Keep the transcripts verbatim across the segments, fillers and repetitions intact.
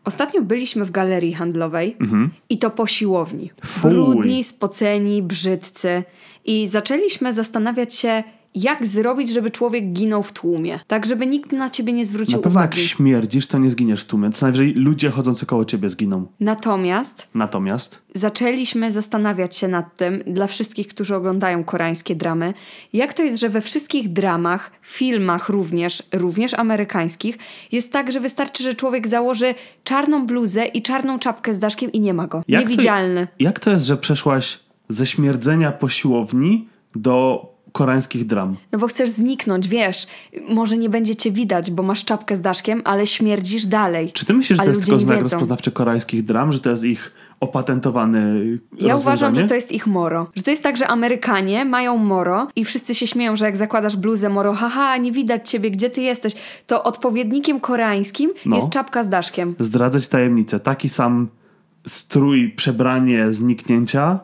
Ostatnio byliśmy w galerii handlowej mhm. i to po siłowni. Fuj. Brudni, spoceni, brzydcy. I zaczęliśmy zastanawiać się, jak zrobić, żeby człowiek ginął w tłumie. Tak, żeby nikt na ciebie nie zwrócił na pewno uwagi. Jak śmierdzisz, to nie zginiesz w tłumie. Co najwyżej ludzie chodzący koło ciebie zginą. Natomiast... Natomiast... zaczęliśmy zastanawiać się nad tym, dla wszystkich, którzy oglądają koreańskie dramy, jak to jest, że we wszystkich dramach, filmach również, również amerykańskich, jest tak, że wystarczy, że człowiek założy czarną bluzę i czarną czapkę z daszkiem i nie ma go. Jak Niewidzialny. To, jak to jest, że przeszłaś ze śmierdzenia po siłowni do koreańskich dram? No bo chcesz zniknąć, wiesz, może nie będzie cię widać, bo masz czapkę z daszkiem, ale śmierdzisz dalej. Czy ty myślisz, że a to jest tylko znak wiedzą. rozpoznawczy koreańskich dram, że to jest ich opatentowany Ja rozwiązanie? uważam, że to jest ich moro. Że to jest tak, że Amerykanie mają moro i wszyscy się śmieją, że jak zakładasz bluzę moro, haha, nie widać ciebie, gdzie ty jesteś, to odpowiednikiem koreańskim no. jest czapka z daszkiem. Zdradzać tajemnicę. Taki sam strój, przebranie zniknięcia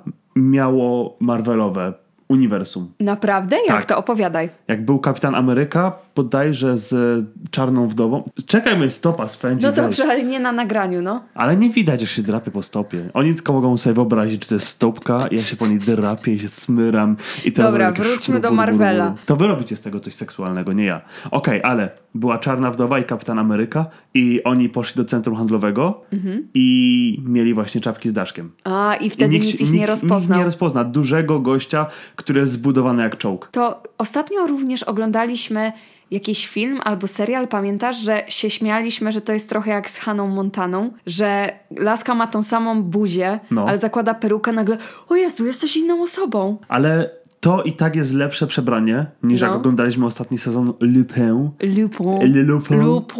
miało Marvelowe uniwersum. Naprawdę? Jak tak. to? Opowiadaj. Jak był Kapitan Ameryka, bodajże z Czarną Wdową. Czekaj, mnie stopa swędzi. No dobrze, ale nie na nagraniu, no. Ale nie widać, jak się drapie po stopie. Oni tylko mogą sobie wyobrazić, czy to jest stopka, ja się po niej drapię i się smyram. I teraz dobra, jakieś wróćmy szkru, do bur, Marvela. bur, bur. To wy robicie z tego coś seksualnego, nie ja. Okej, okay, ale była Czarna Wdowa i Kapitan Ameryka i oni poszli do centrum handlowego mhm. i mieli właśnie czapki z daszkiem. A, i wtedy I nikt, nikt ich nie nikt, rozpoznał. Nikt nie rozpozna. Dużego gościa, który jest zbudowany jak czołg. To ostatnio również oglądaliśmy jakiś film albo serial, pamiętasz, że się śmialiśmy, że to jest trochę jak z Hanną Montaną, że laska ma tą samą buzię, no. ale zakłada perukę, nagle o Jezu, jesteś inną osobą. Ale to i tak jest lepsze przebranie niż no. jak oglądaliśmy ostatni sezon Lupin. Lupin. Le Lupin. Lupin.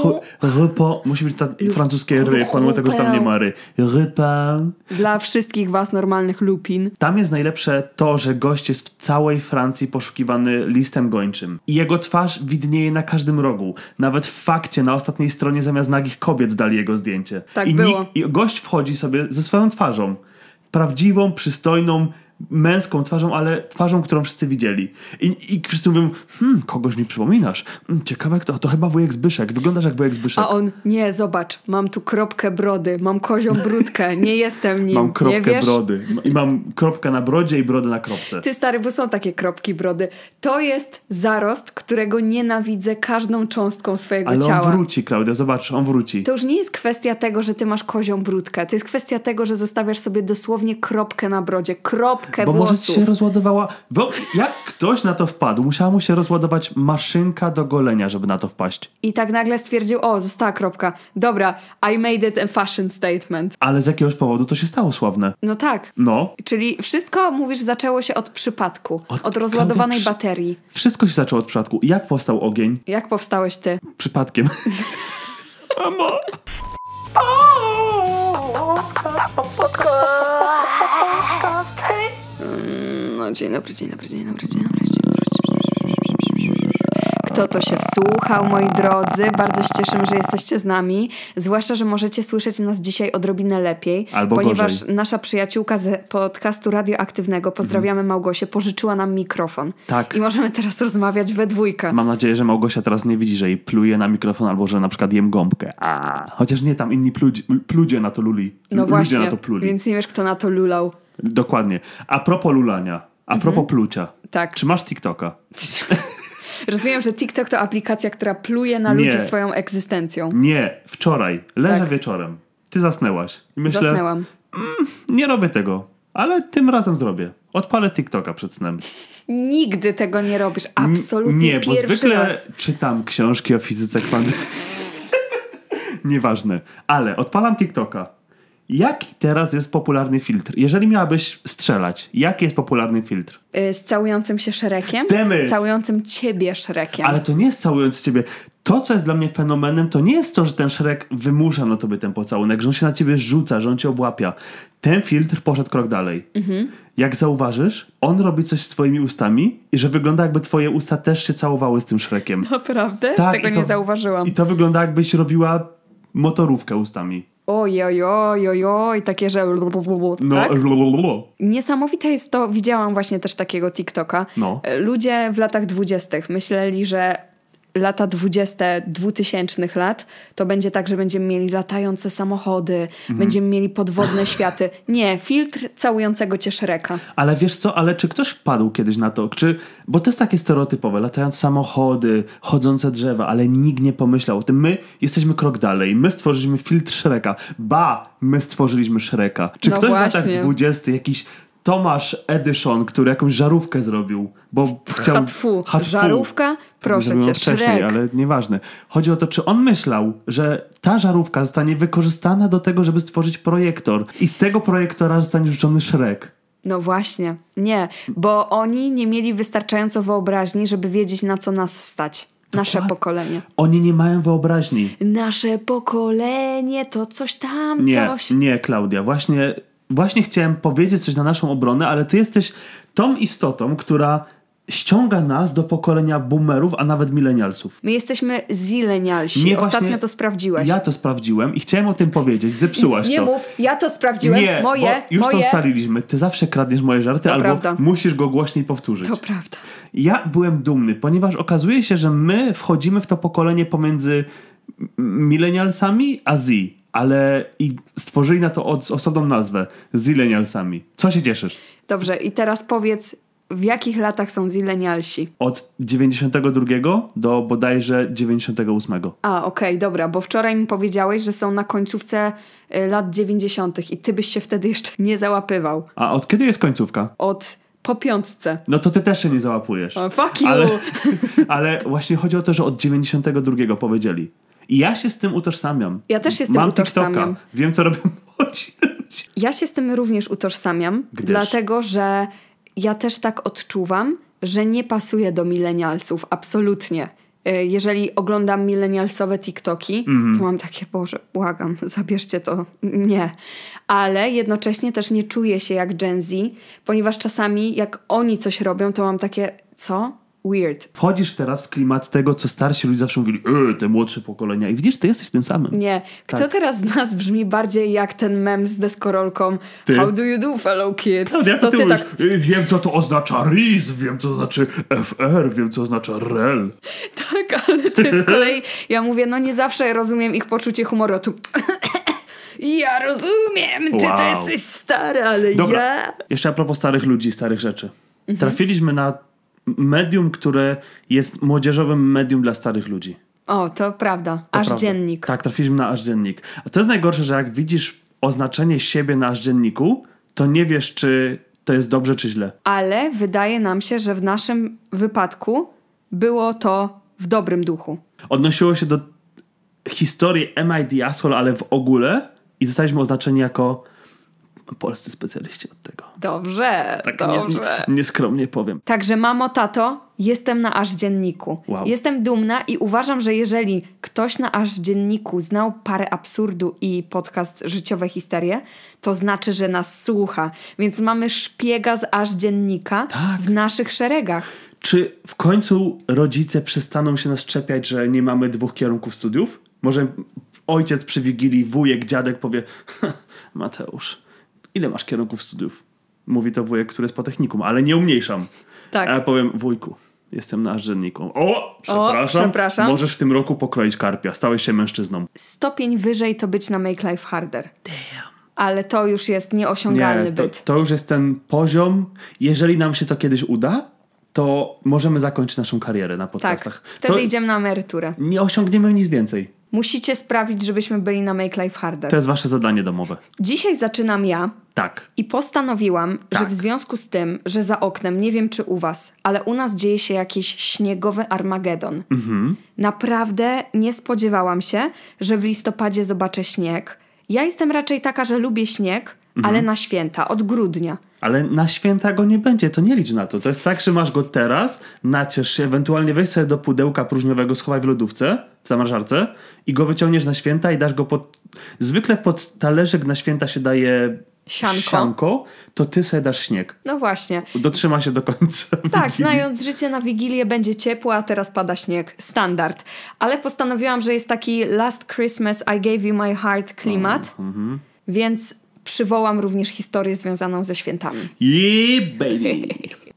Lupin. Musi być ta Lup- francuskie ry, pomimo tego, że tam nie ma ry. Lupin. Dla wszystkich was normalnych Lupin. Tam jest najlepsze to, że gość jest w całej Francji poszukiwany listem gończym. I jego twarz widnieje na każdym rogu. Nawet w Fakcie na ostatniej stronie zamiast nagich kobiet dali jego zdjęcie. Tak I było. Nikt, I gość wchodzi sobie ze swoją twarzą. Prawdziwą, przystojną, męską twarzą, ale twarzą, którą wszyscy widzieli. I, i wszyscy mówią, hmm, kogoś mi przypominasz. Hmm, ciekawe kto, to chyba wujek Zbyszek. Wyglądasz jak wujek Zbyszek. A on, nie, zobacz, mam tu kropkę brody, mam kozią brudkę, nie jestem nim. Mam kropkę nie wiesz? brody. I mam kropkę na brodzie i brodę na kropce. Ty stary, bo są takie kropki brody. To jest zarost, którego nienawidzę każdą cząstką swojego ale ciała. Ale on wróci, Klaudia, zobacz, on wróci. To już nie jest kwestia tego, że ty masz kozią brudkę. To jest kwestia tego, że zostawiasz sobie dosłownie kropkę na brodzie. Kropkę Bo włosów. może ci się rozładowała... Jak ktoś na to wpadł, musiała mu się rozładować maszynka do golenia, żeby na to wpaść. I tak nagle stwierdził, o, została kropka. Dobra, I made it a fashion statement. Ale z jakiegoś powodu to się stało sławne. No tak. No. Czyli wszystko, mówisz, zaczęło się od przypadku. Od, od rozładowanej Klaudia, baterii. Wszystko się zaczęło od przypadku. Jak powstał ogień? Jak powstałeś ty? Przypadkiem. Mamo. No, dzień dobry, dzień dobry, dzień dobry, dzień dobry, dzień dobry. Kto to się wsłuchał, moi drodzy? Bardzo się cieszymy, że jesteście z nami. Zwłaszcza, że możecie słyszeć nas dzisiaj odrobinę lepiej. Albo ponieważ gorzej. Nasza przyjaciółka z podcastu Radioaktywnego, pozdrawiamy mhm. Małgosię, pożyczyła nam mikrofon. Tak. I możemy teraz rozmawiać we dwójkę. Mam nadzieję, że Małgosia teraz nie widzi, że jej pluje na mikrofon albo że na przykład jem gąbkę. A, chociaż nie, tam inni pludzie, pludzie na to luli. No właśnie, Ludzie na to pluli. więc nie wiesz, kto na to lulał. Dokładnie. A propos lulania, a propos mhm. plucia. Tak. Czy masz TikToka? Rozumiem, że TikTok to aplikacja, która pluje na nie. ludzi swoją egzystencją. Nie, wczoraj. Leżę tak. wieczorem. Ty zasnęłaś. I myślę, Zasnęłam. Mm, nie robię tego, ale tym razem zrobię. Odpalę TikToka przed snem. Nigdy tego nie robisz. Absolutnie nie, pierwszy bo zwykle raz. czytam książki o fizyce kwantowej. Nieważne. Ale odpalam TikToka. Jaki teraz jest popularny filtr? Jeżeli miałabyś strzelać, jaki jest popularny filtr? Yy, z całującym się Shrekiem? Demy. Całującym ciebie Shrekiem. Ale to nie jest całując ciebie. To, co jest dla mnie fenomenem, to nie jest to, że ten Shrek wymusza na tobie ten pocałunek, że on się na ciebie rzuca, że on cię obłapia. Ten filtr poszedł krok dalej. Mhm. Jak zauważysz, on robi coś z twoimi ustami i że wygląda, jakby twoje usta też się całowały z tym Shrekiem. Naprawdę? Tak, Tego to, nie zauważyłam. I to wygląda, jakbyś robiła motorówkę ustami. Oj, oj, oj, oj, oj, takie, że... No, tak? lululu. Niesamowite jest to, widziałam właśnie też takiego TikToka. No. Ludzie w latach dwudziestych myśleli, że lata dwudzieste dwutysięcznych lat, to będzie tak, że będziemy mieli latające samochody, mhm. będziemy mieli podwodne światy. Nie, filtr całującego cię Shreka. Ale wiesz co, ale czy ktoś wpadł kiedyś na to, czy, bo to jest takie stereotypowe, latające samochody, chodzące drzewa, ale nikt nie pomyślał o tym. My jesteśmy krok dalej, my stworzyliśmy filtr Shreka. Ba, my stworzyliśmy Shreka. Czy no ktoś właśnie. w latach dwudziestych jakiś Tomasz Edison, który jakąś żarówkę zrobił, bo chciał... Hatfu. Hatfu. Żarówka? Proszę cię, wcześniej, ale nieważne. Chodzi o to, czy on myślał, że ta żarówka zostanie wykorzystana do tego, żeby stworzyć projektor i z tego projektora zostanie rzucony Shrek. No właśnie. Nie, bo oni nie mieli wystarczająco wyobraźni, żeby wiedzieć, na co nas stać. Nasze Dokładnie. pokolenie. Oni nie mają wyobraźni. Nasze pokolenie to coś tam, nie, coś. Nie, Klaudia. Właśnie, właśnie chciałem powiedzieć coś na naszą obronę, ale ty jesteś tą istotą, która ściąga nas do pokolenia boomerów, a nawet milenialsów. My jesteśmy zilenialsi. Nie, Ostatnio właśnie to sprawdziłeś. Ja to sprawdziłem i chciałem o tym powiedzieć. Zepsułaś nie to. Nie mów, ja to sprawdziłem. Nie, moje, bo już moje. to ustaliliśmy. Ty zawsze kradniesz moje żarty, to albo prawda. musisz go głośniej powtórzyć. To prawda. Ja byłem dumny, ponieważ okazuje się, że my wchodzimy w to pokolenie pomiędzy milenialsami a Z. Ale i stworzyli na to od, osobną nazwę. Zilenialsami. Co się cieszysz? Dobrze, i teraz powiedz, w jakich latach są zilenialsi? Od dziewięćdziesiątego drugiego do bodajże dziewięćdziesiątego ósmego. A, okej, okay, dobra, bo wczoraj mi powiedziałeś, że są na końcówce y, lat dziewięćdziesiątych i ty byś się wtedy jeszcze nie załapywał. A od kiedy jest końcówka? Od po piątce. No to ty też się nie załapujesz. Oh, fuck you! Ale, ale właśnie chodzi o to, że od dziewięćdziesiątego drugiego powiedzieli. I ja się z tym utożsamiam. Ja też się z tym Mam utożsamiam. TikToka. Wiem, co robią młodzi. Ja się z tym również utożsamiam, Gdyż? dlatego, że ja też tak odczuwam, że nie pasuję do milenialsów. Absolutnie. Jeżeli oglądam milenialsowe TikToki, mm. to mam takie, Boże, błagam, zabierzcie to. Nie. Ale jednocześnie też nie czuję się jak Gen Z, ponieważ czasami jak oni coś robią, to mam takie, co? Weird. Wchodzisz teraz w klimat tego, co starsi ludzie zawsze mówili, e, te młodsze pokolenia. I widzisz, ty jesteś tym samym. Nie. Kto tak. teraz z nas brzmi bardziej jak ten mem z deskorolką ty? How do you do, fellow kids? No, ja to, to ty ty mówisz, tak... wiem, co to oznacza R I S, wiem, co to znaczy F R, wiem, co oznacza R E L. Tak, ale ty z kolei, ja mówię, no nie zawsze rozumiem ich poczucie humoru. Tu... Ja rozumiem, ty wow. to jesteś stary, ale Dobra. ja... Jeszcze a propos starych ludzi, starych rzeczy. Mhm. Trafiliśmy na medium, które jest młodzieżowym medium dla starych ludzi. O, to prawda. To aż prawda. dziennik. Tak, trafiliśmy na aż dziennik. A to jest najgorsze, że jak widzisz oznaczenie siebie na aż dzienniku, to nie wiesz, czy to jest dobrze, czy źle. Ale wydaje nam się, że w naszym wypadku było to w dobrym duchu. Odnosiło się do historii Am I the Asshole, ale w ogóle i zostaliśmy oznaczeni jako polscy specjaliści od tego. Dobrze, tak dobrze. Nie, nieskromnie powiem. Także mamo, tato, jestem na aż dzienniku. Wow. Jestem dumna i uważam, że jeżeli ktoś na aż dzienniku znał parę absurdu i podcast Życiowe Histerie, to znaczy, że nas słucha. Więc mamy szpiega z aż dziennika tak. w naszych szeregach. Czy w końcu rodzice przestaną się nas czepiać, że nie mamy dwóch kierunków studiów? Może ojciec przy Wigilii, wujek, dziadek powie Mateusz, ile masz kierunków studiów? Mówi to wujek, który jest po technikum, ale nie umniejszam. Tak. A ja powiem, wujku, jestem na aż dzienniku. O, przepraszam. O, przepraszam. Możesz w tym roku pokroić karpia. Stałeś się mężczyzną. Stopień wyżej to być na Make Life Harder. Damn. Ale to już jest nieosiągalny Nie, to, byt. to już jest ten poziom. Jeżeli nam się to kiedyś uda, to możemy zakończyć naszą karierę na podcastach. Tak, wtedy to idziemy na emeryturę. Nie osiągniemy nic więcej. Musicie sprawić, żebyśmy byli na Make Life Harder. To jest wasze zadanie domowe. Dzisiaj zaczynam ja. Tak. I postanowiłam, tak. że w związku z tym, że za oknem, nie wiem czy u was, ale u nas dzieje się jakiś śniegowy Armagedon. Mhm. Naprawdę nie spodziewałam się, że w listopadzie zobaczę śnieg. Ja jestem raczej taka, że lubię śnieg, mhm. ale na święta, od grudnia. Ale na święta go nie będzie, to nie licz na to. To jest tak, że masz go teraz, naciesz się, ewentualnie weź sobie do pudełka próżniowego, schowaj w lodówce, w zamrażarce i go wyciągniesz na święta i dasz go pod... Zwykle pod talerzyk na święta się daje sianko, sianko to ty sobie dasz śnieg. No właśnie. Dotrzyma się do końca Tak, Wigilii. znając życie na Wigilię będzie ciepło, a teraz pada śnieg. Standard. Ale postanowiłam, że jest taki Last Christmas I gave you my heart klimat, oh, mm-hmm. więc przywołam również historię związaną ze świętami. Yeah, baby!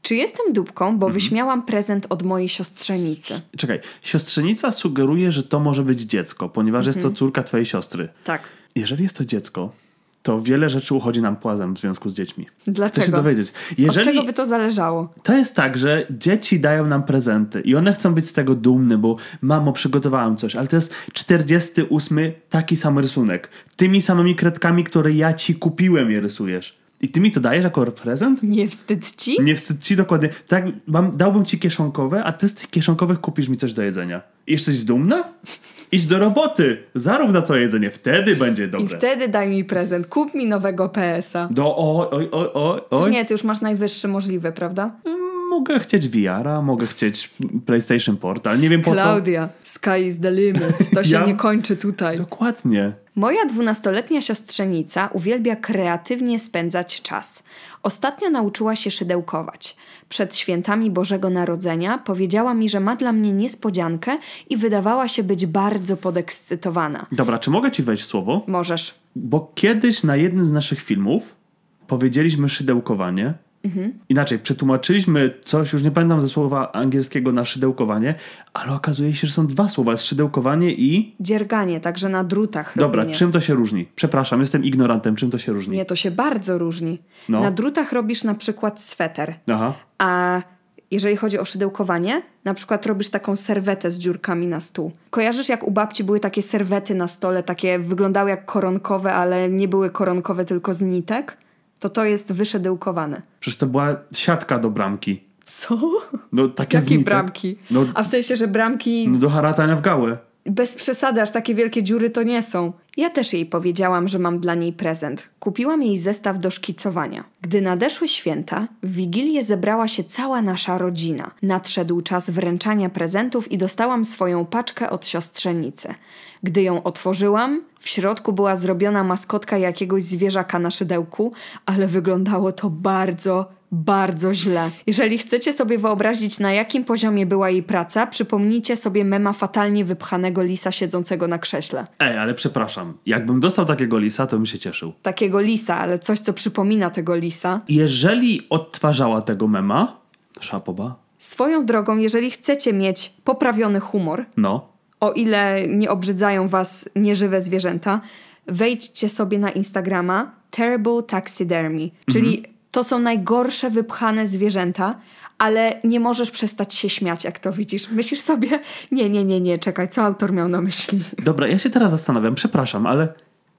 Czy jestem dupką, bo wyśmiałam prezent od mojej siostrzenicy? Czekaj, siostrzenica sugeruje, że to może być dziecko, ponieważ jest to córka twojej siostry. Tak. Jeżeli jest to dziecko, to wiele rzeczy uchodzi nam płazem w związku z dziećmi. Dlaczego? Chcę się dowiedzieć. Jeżeli... Od czego by to zależało? To jest tak, że dzieci dają nam prezenty i one chcą być z tego dumne, bo mamo, przygotowałam coś, ale to jest czterdziesty ósmy taki sam rysunek. Tymi samymi kredkami, które ja ci kupiłem, je rysujesz. I ty mi to dajesz jako prezent? Nie wstyd ci? Nie wstyd ci, dokładnie. Tak, mam, dałbym ci kieszonkowe, a ty z tych kieszonkowych kupisz mi coś do jedzenia. I jesteś dumna? Idź do roboty. Zarób na to jedzenie. Wtedy będzie dobre. I wtedy daj mi prezent. Kup mi nowego P S a. Do oj, oj, oj, oj. Przecież nie, ty już masz najwyższy możliwy, prawda? Mogę chcieć V R a, mogę chcieć PlayStation Portal. Nie wiem po Klaudia, sky is the limit. To się Ja- nie kończy tutaj. co. Dokładnie. Moja dwunastoletnia siostrzenica uwielbia kreatywnie spędzać czas. Ostatnio nauczyła się szydełkować. Przed świętami Bożego Narodzenia powiedziała mi, że ma dla mnie niespodziankę i wydawała się być bardzo podekscytowana. Dobra, czy mogę ci wejść w słowo? Możesz. Bo kiedyś na jednym z naszych filmów powiedzieliśmy szydełkowanie. Mhm. Inaczej, przetłumaczyliśmy coś, już nie pamiętam ze słowa angielskiego na szydełkowanie, ale okazuje się, że są dwa słowa. Jest szydełkowanie i... Dzierganie, także na drutach Dobra, robienie. czym to się różni? Przepraszam, jestem ignorantem. Czym to się różni? Nie, to się bardzo różni. No. Na drutach robisz na przykład sweter, Aha. a jeżeli chodzi o szydełkowanie, na przykład robisz taką serwetę z dziurkami na stół. Kojarzysz, jak u babci były takie serwety na stole, takie wyglądały jak koronkowe, ale nie były koronkowe, tylko z nitek? To to jest wyszydełkowane. Przecież to była siatka do bramki. Co? No takie z Jakie nitek. bramki? No, A w sensie, że bramki no do haratania w gałę. bez przesady, aż takie wielkie dziury to nie są. Ja też jej powiedziałam, że mam dla niej prezent. Kupiłam jej zestaw do szkicowania. Gdy nadeszły święta, w Wigilię zebrała się cała nasza rodzina. Nadszedł czas wręczania prezentów i dostałam swoją paczkę od siostrzenicy. Gdy ją otworzyłam, w środku była zrobiona maskotka jakiegoś zwierzaka na szydełku, ale wyglądało to bardzo, bardzo źle. Jeżeli chcecie sobie wyobrazić, na jakim poziomie była jej praca, przypomnijcie sobie mema fatalnie wypchanego lisa siedzącego na krześle. Ej, ale przepraszam. Jakbym dostał takiego lisa, to bym się cieszył. Takiego lisa, ale coś, co przypomina tego lisa. Jeżeli odtwarzała tego mema, szapoba, Swoją drogą, jeżeli chcecie mieć poprawiony humor, no, o ile nie obrzydzają was nieżywe zwierzęta, wejdźcie sobie na Instagrama Terrible Taxidermy, czyli to są najgorsze wypchane zwierzęta, ale nie możesz przestać się śmiać, jak to widzisz. Myślisz sobie, nie, nie, nie, nie, czekaj, co autor miał na myśli? Dobra, ja się teraz zastanawiam, przepraszam, ale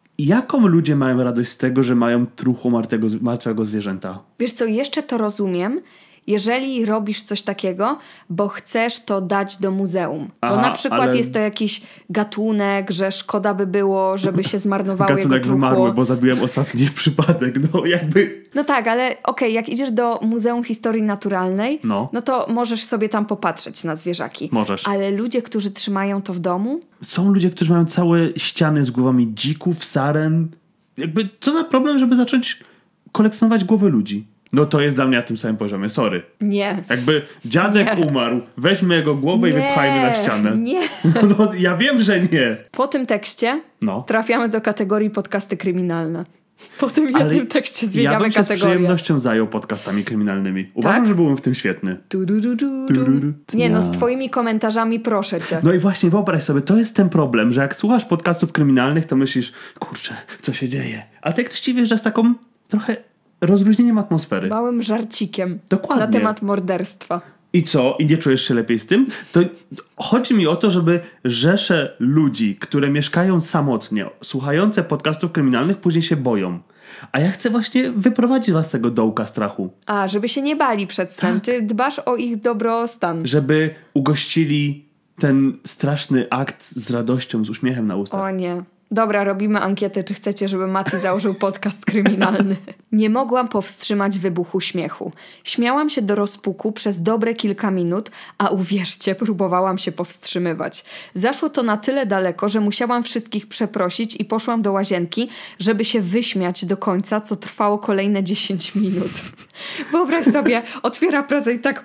jaką ludzie mają radość z tego, że mają truchło martwego, martwego zwierzęta? Wiesz co, jeszcze to rozumiem, jeżeli robisz coś takiego, bo chcesz to dać do muzeum. Aha, bo na przykład ale- jest to jakiś gatunek, że szkoda by było, żeby się zmarnowało jego Gatunek truchło. wymarły, bo zabiłem ostatni przypadek, no jakby... No tak, ale okej, jak idziesz do Muzeum Historii Naturalnej, No. no to możesz sobie tam popatrzeć na zwierzaki. Możesz. Ale ludzie, którzy trzymają to w domu, Są ludzie, którzy mają całe ściany z głowami dzików, saren. Jakby, co za problem, żeby zacząć kolekcjonować głowy ludzi? No to jest dla mnie na tym samym poziomie, sorry. nie. Jakby dziadek Nie. umarł, weźmy jego głowę i Nie, wypchajmy na ścianę. Nie. No, no ja wiem, że nie. Po tym tekście No. trafiamy do kategorii podcasty kryminalne. Po tym jednym tekście ja zmieniamy bym się z kategorię. przyjemnością zajął podcastami kryminalnymi. Uważam, Tak? że byłem w tym świetny. Du, du, du, du, du. Tururu. Nie no, z Ja. twoimi komentarzami proszę cię. No i właśnie wyobraź sobie, to jest ten problem, że jak słuchasz podcastów kryminalnych, to myślisz, kurczę, co się dzieje? A ty ktoś ci wjeżdża z taką trochę rozluźnieniem atmosfery. Małym żarcikiem Dokładnie. na temat morderstwa. I co? I nie czujesz się lepiej z tym? To chodzi mi o to, żeby rzesze ludzi, które mieszkają samotnie, słuchające podcastów kryminalnych, później się boją. A ja chcę właśnie wyprowadzić was z tego dołka strachu. A, żeby się nie bali przed snem. Tak. Ty dbasz o ich dobrostan. Żeby ugościli ten straszny akt z radością, z uśmiechem na ustach. O nie. Dobra, robimy ankietę, czy chcecie, żeby Mati założył podcast kryminalny. Nie mogłam powstrzymać wybuchu śmiechu. Śmiałam się do rozpuku przez dobre kilka minut, a uwierzcie, próbowałam się powstrzymywać. Zaszło to na tyle daleko, że musiałam wszystkich przeprosić i poszłam do łazienki, żeby się wyśmiać do końca, co trwało kolejne dziesięć minut. Wyobraź sobie, otwiera prezent i tak...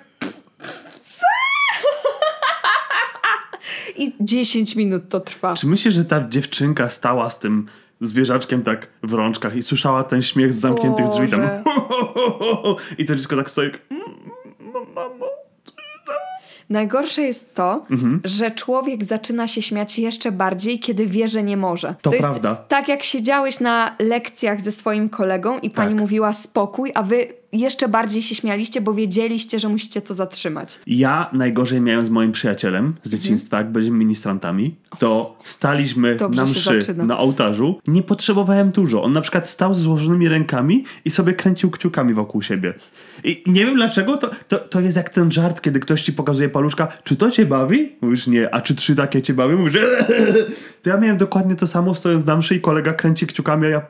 I dziesięć minut to trwa. Czy myślisz, że ta dziewczynka stała z tym zwierzaczkiem tak w rączkach i słyszała ten śmiech z zamkniętych drzwi tam? Boże. I to dziecko tak stoi. Najgorsze jest to, Mhm. że człowiek zaczyna się śmiać jeszcze bardziej, kiedy wie, że nie może. To jest prawda. tak, jak siedziałeś na lekcjach ze swoim kolegą i pani Tak. mówiła spokój, a wy jeszcze bardziej się śmialiście, bo wiedzieliście, że musicie to zatrzymać. Ja najgorzej miałem z moim przyjacielem z dzieciństwa, jak byliśmy ministrantami, to staliśmy Dobrze na się mszy, zaczyna. na ołtarzu. Nie potrzebowałem dużo. On na przykład stał z złożonymi rękami i sobie kręcił kciukami wokół siebie. I nie wiem dlaczego, to, to, to jest jak ten żart, kiedy ktoś ci pokazuje paluszka, czy to cię bawi? Mówisz nie, a czy trzy takie cię bawi? Mówisz to ja miałem dokładnie to samo, stojąc na mszy i kolega kręci kciukami, a ja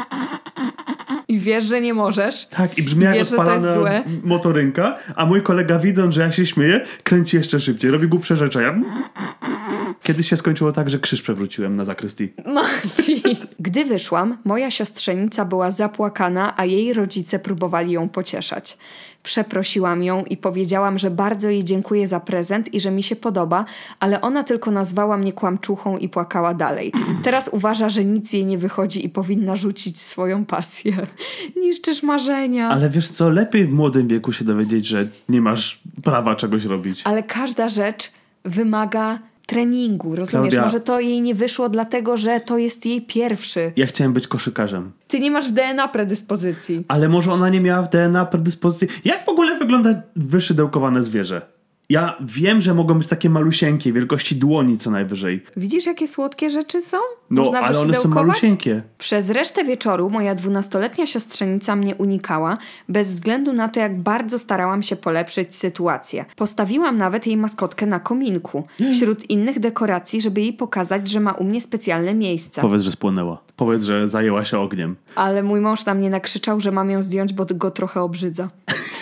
I wiesz, że nie możesz. tak, i brzmi jak Wiesz, że to jest odpalana złe. motorynka, a mój kolega widząc, że ja się śmieję, kręci jeszcze szybciej, robi głupsze rzeczy, a ja kiedyś się skończyło tak, że krzyż przewróciłem na zakrystii. Maci. Gdy wyszłam, moja siostrzenica była zapłakana, a jej rodzice próbowali ją pocieszać. Przeprosiłam ją i powiedziałam, że bardzo jej dziękuję za prezent i że mi się podoba, ale ona tylko nazwała mnie kłamczuchą i płakała dalej. Teraz uważa, że nic jej nie wychodzi i powinna rzucić swoją pasję. Niszczysz marzenia. Ale wiesz co, lepiej w młodym wieku się dowiedzieć, że nie masz prawa czegoś robić. Ale każda rzecz wymaga treningu, rozumiesz? Klaudia. Może to jej nie wyszło dlatego, że to jest jej pierwszy. Ja chciałem być koszykarzem. Ty nie masz w D N A predyspozycji. Ale może ona nie miała w D N A predyspozycji. Jak w ogóle wygląda wyszydełkowane zwierzę? Ja wiem, że mogą być takie malusieńkie, wielkości dłoni co najwyżej. Widzisz, jakie słodkie rzeczy są? No, Można ale one są wyszydełkować? malusieńkie. Przez resztę wieczoru moja dwunastoletnia siostrzenica mnie unikała, bez względu na to, jak bardzo starałam się polepszyć sytuację. Postawiłam nawet jej maskotkę na kominku, wśród innych dekoracji, żeby jej pokazać, że ma u mnie specjalne miejsce. Powiedz, że spłonęła. Powiedz, że zajęła się ogniem. Ale mój mąż na mnie nakrzyczał, że mam ją zdjąć, bo go trochę obrzydza.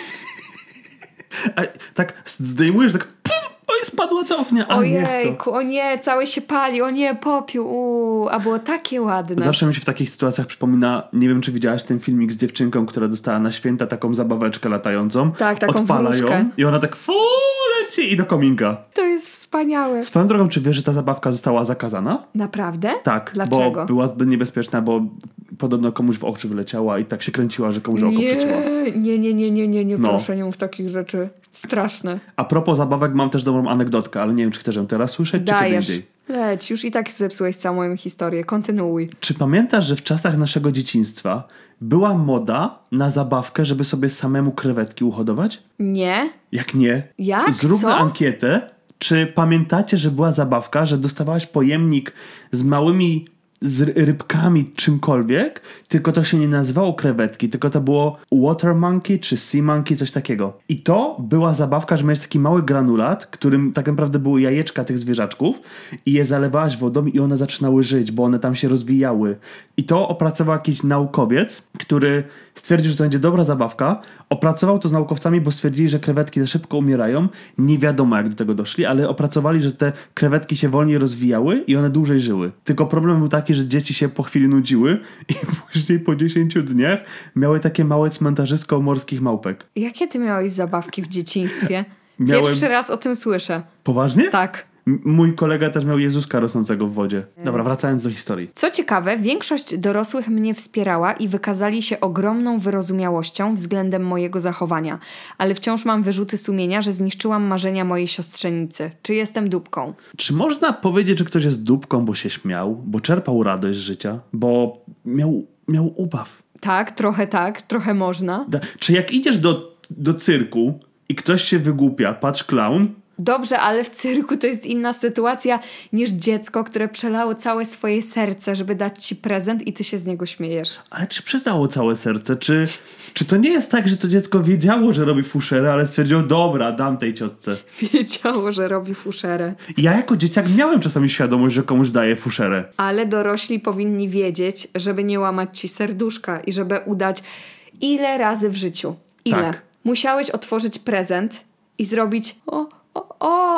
A, tak zdejmujesz, tak pum, oj, spadła do ognia. A niech to. Ojejku, o nie, całe się pali, o nie, popiół, uuu, a było takie ładne. Zawsze mi się w takich sytuacjach przypomina, nie wiem czy widziałaś ten filmik z dziewczynką, która dostała na święta taką zabaweczkę latającą. Tak, taką Odpala wróżkę. ją i ona tak fu, leci i do kominka. To jest wspaniałe. Swoją drogą, czy wiesz, że ta zabawka została zakazana? Naprawdę? Tak, Dlaczego? bo była zbyt niebezpieczna, bo podobno komuś w oczy wyleciała i tak się kręciła, że komuś oko Nie, przycięła. nie, nie, nie, nie, nie, nie, No. proszę, nie mów takich rzeczy. Straszne. A propos zabawek, mam też dobrą anegdotkę, ale nie wiem, czy chcesz ją teraz słyszeć, czy kiedy Dajesz. indziej. Leć, już i tak zepsułeś całą moją historię. Kontynuuj. Czy pamiętasz, że w czasach naszego dzieciństwa była moda na zabawkę, żeby sobie samemu krewetki uhodować? Nie? Jak nie? Jak? Zróbmy Co? ankietę. Czy pamiętacie, że była zabawka, że dostawałaś pojemnik z małymi z rybkami, czymkolwiek, tylko to się nie nazywało krewetki, tylko to było water monkey czy sea monkey, coś takiego. I to była zabawka, że miałeś taki mały granulat, którym tak naprawdę były jajeczka tych zwierzaczków i je zalewałaś wodą i one zaczynały żyć, bo one tam się rozwijały. I to opracował jakiś naukowiec, który stwierdził, że to będzie dobra zabawka. Opracował to z naukowcami, bo stwierdzili, że krewetki za szybko umierają. Nie wiadomo, jak do tego doszli, ale opracowali, że te krewetki się wolniej rozwijały i one dłużej żyły. Tylko problem był taki, że dzieci się po chwili nudziły i później po dziesięciu dniach miały takie małe cmentarzysko morskich małpek. Jakie ty miałeś zabawki w dzieciństwie? Miałem- Pierwszy raz o tym słyszę. Poważnie? Tak. M- mój kolega też miał Jezuska rosnącego w wodzie. Dobra, wracając do historii. Co ciekawe, większość dorosłych mnie wspierała i wykazali się ogromną wyrozumiałością względem mojego zachowania, ale wciąż mam wyrzuty sumienia, że zniszczyłam marzenia mojej siostrzenicy. Czy jestem dupką? Czy można powiedzieć, że ktoś jest dupką, bo się śmiał, bo czerpał radość z życia, bo miał, miał ubaw? Tak, trochę tak, trochę można. Da- Czy jak idziesz do, do cyrku i ktoś się wygłupia, patrz klaun, Dobrze, ale w cyrku to jest inna sytuacja niż dziecko, które przelało całe swoje serce, żeby dać ci prezent i ty się z niego śmiejesz. ale czy przydało całe serce? Czy, czy to nie jest tak, że to dziecko wiedziało, że robi fuszerę, ale stwierdziło, dobra, dam tej ciotce. Wiedziało, że robi fuszerę. I ja jako dzieciak miałem czasami świadomość, że komuś daję fuszerę. Ale dorośli powinni wiedzieć, żeby nie łamać ci serduszka i żeby udać ile razy w życiu. Ile? Tak. Musiałeś otworzyć prezent i zrobić o, o,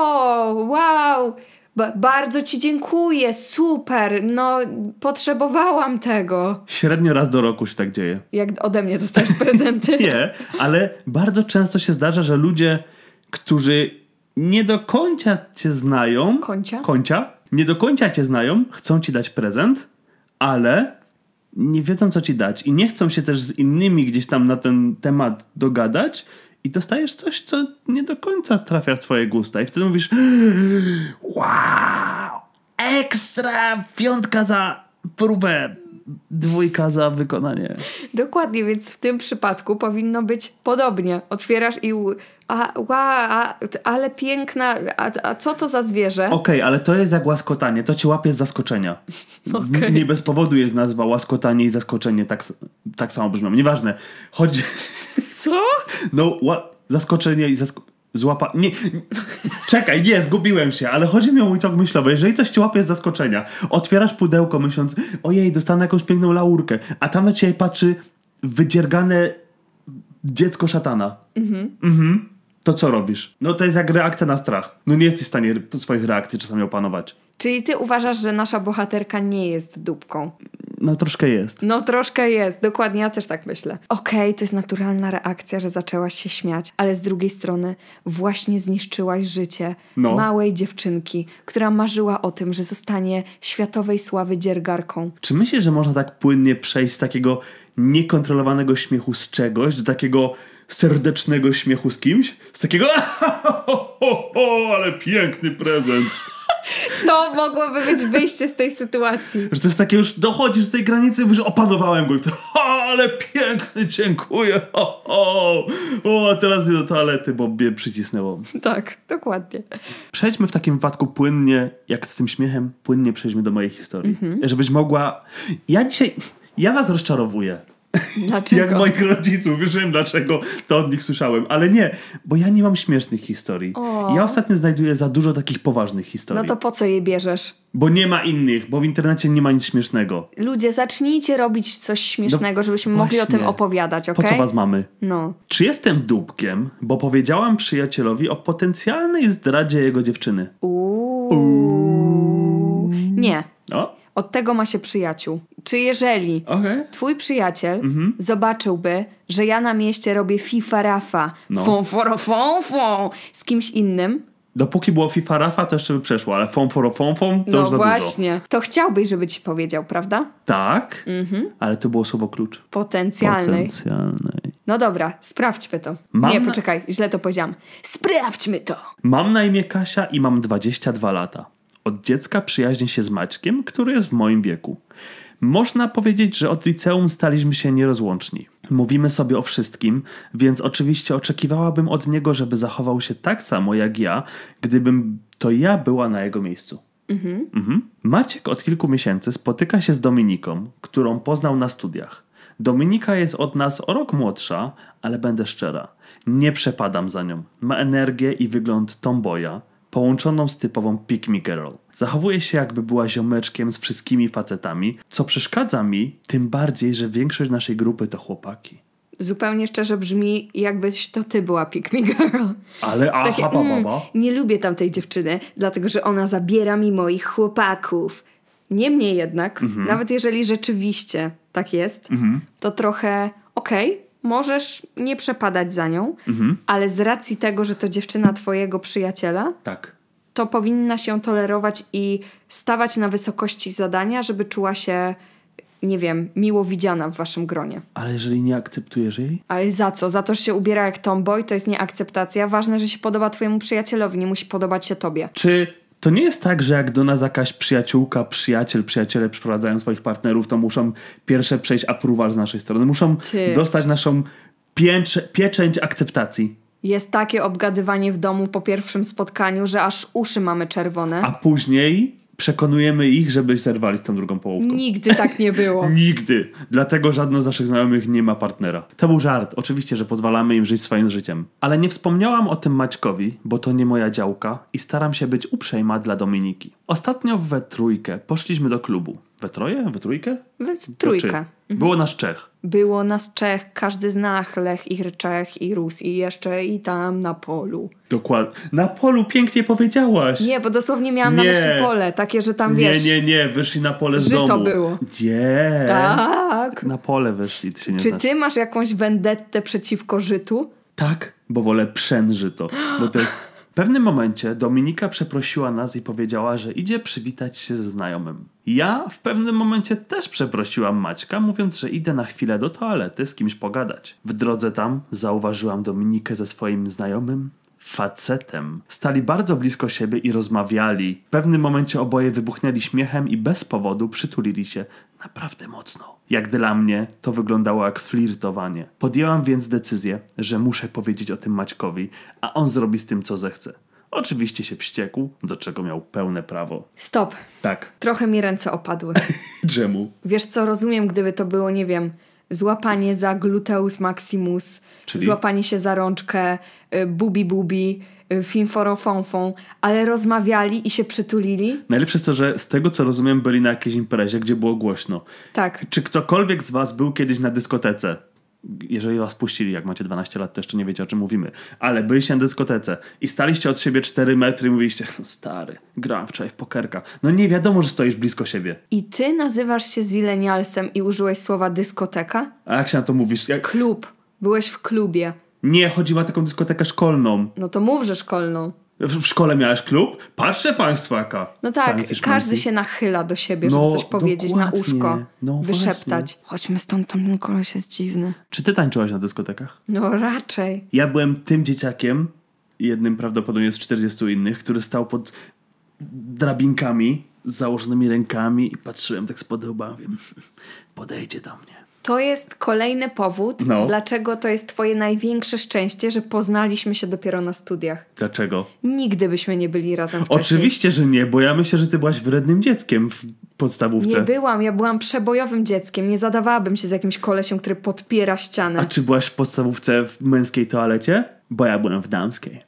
o wow, ba- bardzo ci dziękuję, super, no potrzebowałam tego. Średnio raz do roku się tak dzieje. Jak ode mnie dostajesz prezenty. Nie, ale bardzo często się zdarza, że ludzie, którzy nie do końca cię znają... Końcia? Końcia. Nie do końca cię znają, chcą ci dać prezent, ale nie wiedzą, co ci dać. I nie chcą się też z innymi gdzieś tam na ten temat dogadać i dostajesz coś, co nie do końca trafia w twoje gusta i wtedy mówisz wow, ekstra, piątka za próbę, dwójka za wykonanie. Dokładnie, więc w tym przypadku powinno być podobnie. Otwierasz i u- a, ła, a, ale piękna, a, a co to za zwierzę? Okej, okay, ale to jest jak łaskotanie, to cię łapie z zaskoczenia. Z, Okay. Nie bez powodu jest nazwa łaskotanie i zaskoczenie, tak, tak samo brzmią. Nieważne. Chodzi... Co? No, ła... zaskoczenie i zasko... złapa... Nie, czekaj, nie, zgubiłem się, ale chodzi mi o mój tok myślowy. Jeżeli coś cię łapie z zaskoczenia, otwierasz pudełko myśląc, ojej, dostanę jakąś piękną laurkę, a tam na ciebie patrzy wydziergane dziecko szatana. Mhm. Mhm. To co robisz? No to jest jak reakcja na strach. No nie jesteś w stanie swoich reakcji czasami opanować. Czyli ty uważasz, że nasza bohaterka nie jest dupką? No troszkę jest. No troszkę jest, dokładnie, ja też tak myślę. Okej, okay, to jest naturalna reakcja, że zaczęłaś się śmiać, ale z drugiej strony właśnie zniszczyłaś życie no. małej dziewczynki, która marzyła o tym, że zostanie światowej sławy dziergarką. Czy myślisz, że można tak płynnie przejść z takiego niekontrolowanego śmiechu z czegoś do takiego serdecznego śmiechu z kimś? Z takiego ale piękny prezent. To mogłoby być wyjście z tej sytuacji. Że to jest takie już, dochodzisz do tej granicy i mówisz, opanowałem go i to, ale piękny, dziękuję. O, o, o, a teraz idę do toalety, bo mnie przycisnęło. Tak, dokładnie. Przejdźmy w takim wypadku płynnie, jak z tym śmiechem, płynnie przejdźmy do mojej historii. Mm-hmm. Żebyś mogła... Ja dzisiaj... Ja was rozczarowuję. Dlaczego? Jak moich rodziców. Już wiem dlaczego, to od nich słyszałem. Ale nie, bo ja nie mam śmiesznych historii. O. Ja ostatnio znajduję za dużo takich poważnych historii. No to po co je bierzesz? Bo nie ma innych, bo w internecie nie ma nic śmiesznego. Ludzie, zacznijcie robić coś śmiesznego, no, żebyśmy właśnie. mogli o tym opowiadać, okej? Po co was mamy? No. Czy jestem dupkiem, bo powiedziałam przyjacielowi o potencjalnej zdradzie jego dziewczyny? Uuu. Uuu. Nie. O? Od tego ma się przyjaciół. Czy jeżeli okay. twój przyjaciel mm-hmm. zobaczyłby, że ja na mieście robię fifa rafa, no. fon, foro, fon, fon, z kimś innym... Dopóki było fifa rafa, to jeszcze by przeszło, ale fon, foro, fon, fon, to no już za właśnie. dużo. To chciałbyś, żeby ci powiedział, prawda? Tak, mm-hmm. ale to było słowo klucz. Potencjalnej. Potencjalnej. No dobra, sprawdźmy to. Mam Nie, na... poczekaj, źle to powiedziałam. Sprawdźmy to. Mam na imię Kasia i mam dwadzieścia dwa lata. Od dziecka przyjaźnię się z Maćkiem, który jest w moim wieku. Można powiedzieć, że od liceum staliśmy się nierozłączni. Mówimy sobie o wszystkim, więc oczywiście oczekiwałabym od niego, żeby zachował się tak samo jak ja, gdybym to ja była na jego miejscu. Mhm. Mhm. Maciek od kilku miesięcy spotyka się z Dominiką, którą poznał na studiach. Dominika jest od nas o rok młodsza, ale będę szczera. Nie przepadam za nią. Ma energię i wygląd tomboya, połączoną z typową pick me girl. Zachowuje się, jakby była ziomeczkiem z wszystkimi facetami, co przeszkadza mi, tym bardziej, że większość naszej grupy to chłopaki. Zupełnie szczerze brzmi, jakbyś to ty była pick me girl. Ale aha, takie, baba. Mm, nie lubię tamtej dziewczyny, dlatego że ona zabiera mi moich chłopaków. Niemniej jednak, mhm. nawet jeżeli rzeczywiście tak jest, mhm. to trochę okej, okay, możesz nie przepadać za nią, mhm. ale z racji tego, że to dziewczyna twojego przyjaciela, tak. to powinna się tolerować i stawać na wysokości zadania, żeby czuła się, nie wiem, miło widziana w waszym gronie. Ale jeżeli nie akceptujesz jej? Ale za co? Za to, że się ubiera jak tomboy, to jest nieakceptacja. Ważne, że się podoba twojemu przyjacielowi, nie musi podobać się tobie. Czy to nie jest tak, że jak do nas jakaś przyjaciółka, przyjaciel, przyjaciele przyprowadzają swoich partnerów, to muszą pierwsze przejść approval z naszej strony. Muszą Ty. dostać naszą piecz- pieczęć akceptacji. Jest takie obgadywanie w domu po pierwszym spotkaniu, że aż uszy mamy czerwone. A później przekonujemy ich, żeby zerwali z tą drugą połówką. Nigdy tak nie było. Nigdy. Dlatego żadno z naszych znajomych nie ma partnera. To był żart. Oczywiście, że pozwalamy im żyć swoim życiem. Ale nie wspomniałam o tym Maćkowi, bo to nie moja działka i staram się być uprzejma dla Dominiki. Ostatnio we trójkę poszliśmy do klubu. We troje? We trójkę? We trójkę. Mhm. Było nas trzech. Było nas trzech. Każdy zna Lech, i Czech, i Rus, i jeszcze i tam na polu. Dokładnie. Na polu pięknie powiedziałaś. Nie, bo dosłownie miałam nie. na myśli pole. Takie, że tam wiesz... Nie, nie, nie. Wyszli na pole z Żyto domu. było. Nie. Tak. Na pole wyszli. Ty się nie Czy znasz. ty masz jakąś vendettę przeciwko żytu? Tak, bo wolę przężyto. Bo to jest pewnym momencie Dominika przeprosiła nas i powiedziała, że idzie przywitać się ze znajomym. Ja w pewnym momencie też przeprosiłam Maćka, mówiąc, że idę na chwilę do toalety z kimś pogadać. W drodze tam zauważyłam Dominikę ze swoim znajomym facetem. Stali bardzo blisko siebie i rozmawiali. W pewnym momencie oboje wybuchnęli śmiechem i bez powodu przytulili się naprawdę mocno. Jak dla mnie to wyglądało jak flirtowanie. Podjęłam więc decyzję, że muszę powiedzieć o tym Maćkowi, a on zrobi z tym co zechce. Oczywiście się wściekł, do czego miał pełne prawo. Stop. Tak. Trochę mi ręce opadły. Czemu? Wiesz co, rozumiem, gdyby to było, nie wiem, złapanie za gluteus maximus, Czyli? Złapanie się za rączkę, y, bubi bubi, y, finforofonfon, ale rozmawiali i się przytulili. Najlepsze jest to, że z tego co rozumiem byli na jakiejś imprezie, gdzie było głośno. Tak. Czy ktokolwiek z was był kiedyś na dyskotece? Jeżeli was puścili, jak macie dwanaście lat, to jeszcze nie wiecie, o czym mówimy. Ale byliście na dyskotece i staliście od siebie cztery metry i mówiliście, stary, grałem wczoraj w pokerka. No nie wiadomo, że stoisz blisko siebie. I ty nazywasz się zilenialsem i użyłeś słowa dyskoteka? A jak się na to mówisz? Jak... Klub. Byłeś w klubie. Nie, chodzi o taką dyskotekę szkolną. No to mów, że szkolną. W, w szkole miałeś klub? Patrzcie państwo jaka. No tak, Fancy każdy szmancy. się nachyla do siebie, No, żeby coś powiedzieć na dokładnie. uszko. No wyszeptać. właśnie. Chodźmy stąd, tamten koleś jest dziwny. Czy ty tańczyłaś na dyskotekach? No raczej. Ja byłem tym dzieciakiem, jednym prawdopodobnie z czterdziestu innych, który stał pod drabinkami z założonymi rękami i patrzyłem tak spod łba, wiem, podejdzie do mnie. To jest kolejny powód, No. dlaczego to jest twoje największe szczęście, że poznaliśmy się dopiero na studiach. Dlaczego? Nigdy byśmy nie byli razem wcześniej. Oczywiście, że nie, bo ja myślę, że ty byłaś wrednym dzieckiem w podstawówce. Nie byłam, ja byłam przebojowym dzieckiem. Nie zadawałabym się z jakimś kolesiem, który podpiera ścianę. A czy byłaś w podstawówce w męskiej toalecie? Bo ja byłem w damskiej.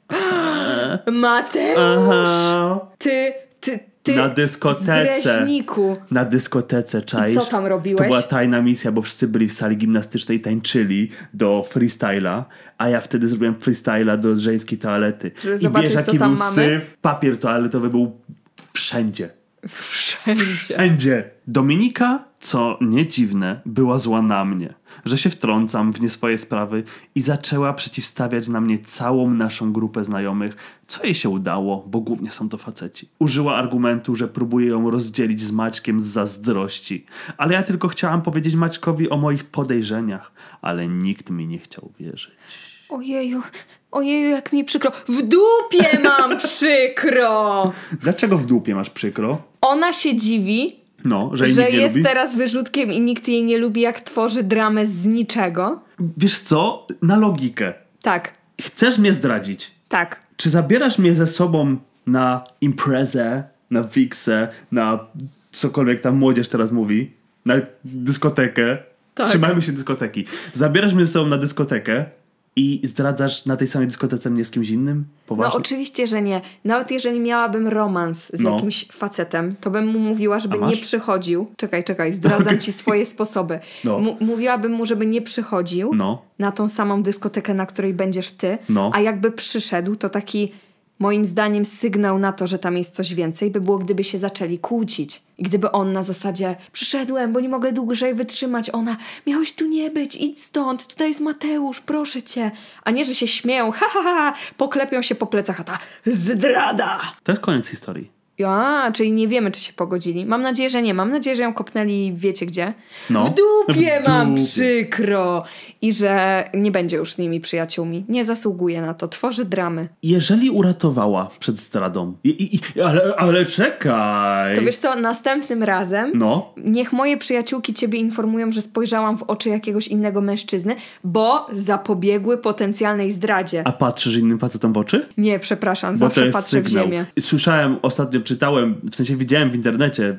Mateusz! Aha. Ty, ty, ty Na dyskotece. zbreźniku. Na dyskotece, czaisz? I co tam robiłeś? To była tajna misja, bo wszyscy byli w sali gimnastycznej i tańczyli do freestyla, a ja wtedy zrobiłem freestyla do żeńskiej toalety. Żeby I zobaczyć, wiesz, co jaki tam był mamy? syf? Papier toaletowy był wszędzie. Wszędzie. Wszędzie. Dominika, co nie dziwne, była zła na mnie, że się wtrącam w nie swoje sprawy i zaczęła przeciwstawiać na mnie całą naszą grupę znajomych, co jej się udało, bo głównie są to faceci. Użyła argumentu, że próbuje ją rozdzielić z Maćkiem z zazdrości, ale ja tylko chciałam powiedzieć Maćkowi o moich podejrzeniach, ale nikt mi nie chciał wierzyć. Ojeju, ojeju, jak mi przykro. W dupie mam przykro! Dlaczego w dupie masz przykro? Ona się dziwi, No, że jej że nikt nie jest lubi? teraz wyrzutkiem i nikt jej nie lubi, jak tworzy dramę z niczego. Wiesz co? Na logikę. Tak, Chcesz mnie zdradzić? tak. Czy zabierasz mnie ze sobą na imprezę, na wiksę, na cokolwiek tam młodzież teraz mówi, na dyskotekę? Tak. Trzymajmy się dyskoteki. Zabierasz mnie ze sobą na dyskotekę i zdradzasz na tej samej dyskotece mnie z kimś innym? No Poważnie? oczywiście, że nie. Nawet jeżeli miałabym romans z No. jakimś facetem, to bym mu mówiła, żeby A masz? nie przychodził. Czekaj, czekaj, zdradzam ci swoje sposoby. No. M- mówiłabym mu, żeby nie przychodził No. na tą samą dyskotekę, na której będziesz ty. No. A jakby przyszedł, to taki moim zdaniem sygnał na to, że tam jest coś więcej, by było, gdyby się zaczęli kłócić. I gdyby on na zasadzie przyszedłem, bo nie mogę dłużej wytrzymać. Ona, miałeś tu nie być, idź stąd, tutaj jest Mateusz, proszę cię. A nie, że się śmieją, ha, ha, ha, poklepią się po plecach, a ta zdrada. To jest koniec historii. A, czyli nie wiemy, czy się pogodzili. Mam nadzieję, że nie. Mam nadzieję, że ją kopnęli wiecie gdzie. No. W dupie W mam dupie. przykro. I że nie będzie już z nimi przyjaciółmi. Nie zasługuje na to. Tworzy dramy. Jeżeli uratowała przed zdradą... I, i, i, ale, ale czekaj! To wiesz co, następnym razem No. niech moje przyjaciółki ciebie informują, że spojrzałam w oczy jakiegoś innego mężczyzny, bo zapobiegły potencjalnej zdradzie. A patrzysz innym facetom w oczy? Nie, przepraszam, Bo zawsze to jest patrzę w sygnał. ziemię. Słyszałem, ostatnio czytałem, w sensie widziałem w internecie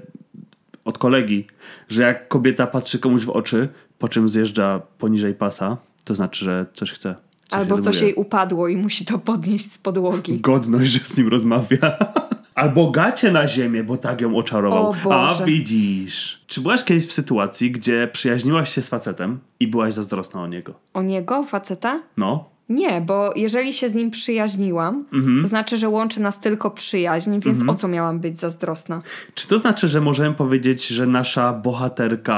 od kolegi, że jak kobieta patrzy komuś w oczy, po czym zjeżdża poniżej pasa, to znaczy, że coś chce. Coś Albo coś rezerwuje. jej upadło i musi to podnieść z podłogi. Godność, że z nim rozmawia. Albo gacie na ziemię, bo tak ją oczarował. O Boże. A widzisz. Czy byłaś kiedyś w sytuacji, gdzie przyjaźniłaś się z facetem i byłaś zazdrosna o niego? O niego, faceta? No. Nie, bo jeżeli się z nim przyjaźniłam, Mhm. to znaczy, że łączy nas tylko przyjaźń, więc Mhm. o co miałam być zazdrosna? Czy to znaczy, że możemy powiedzieć, że nasza bohaterka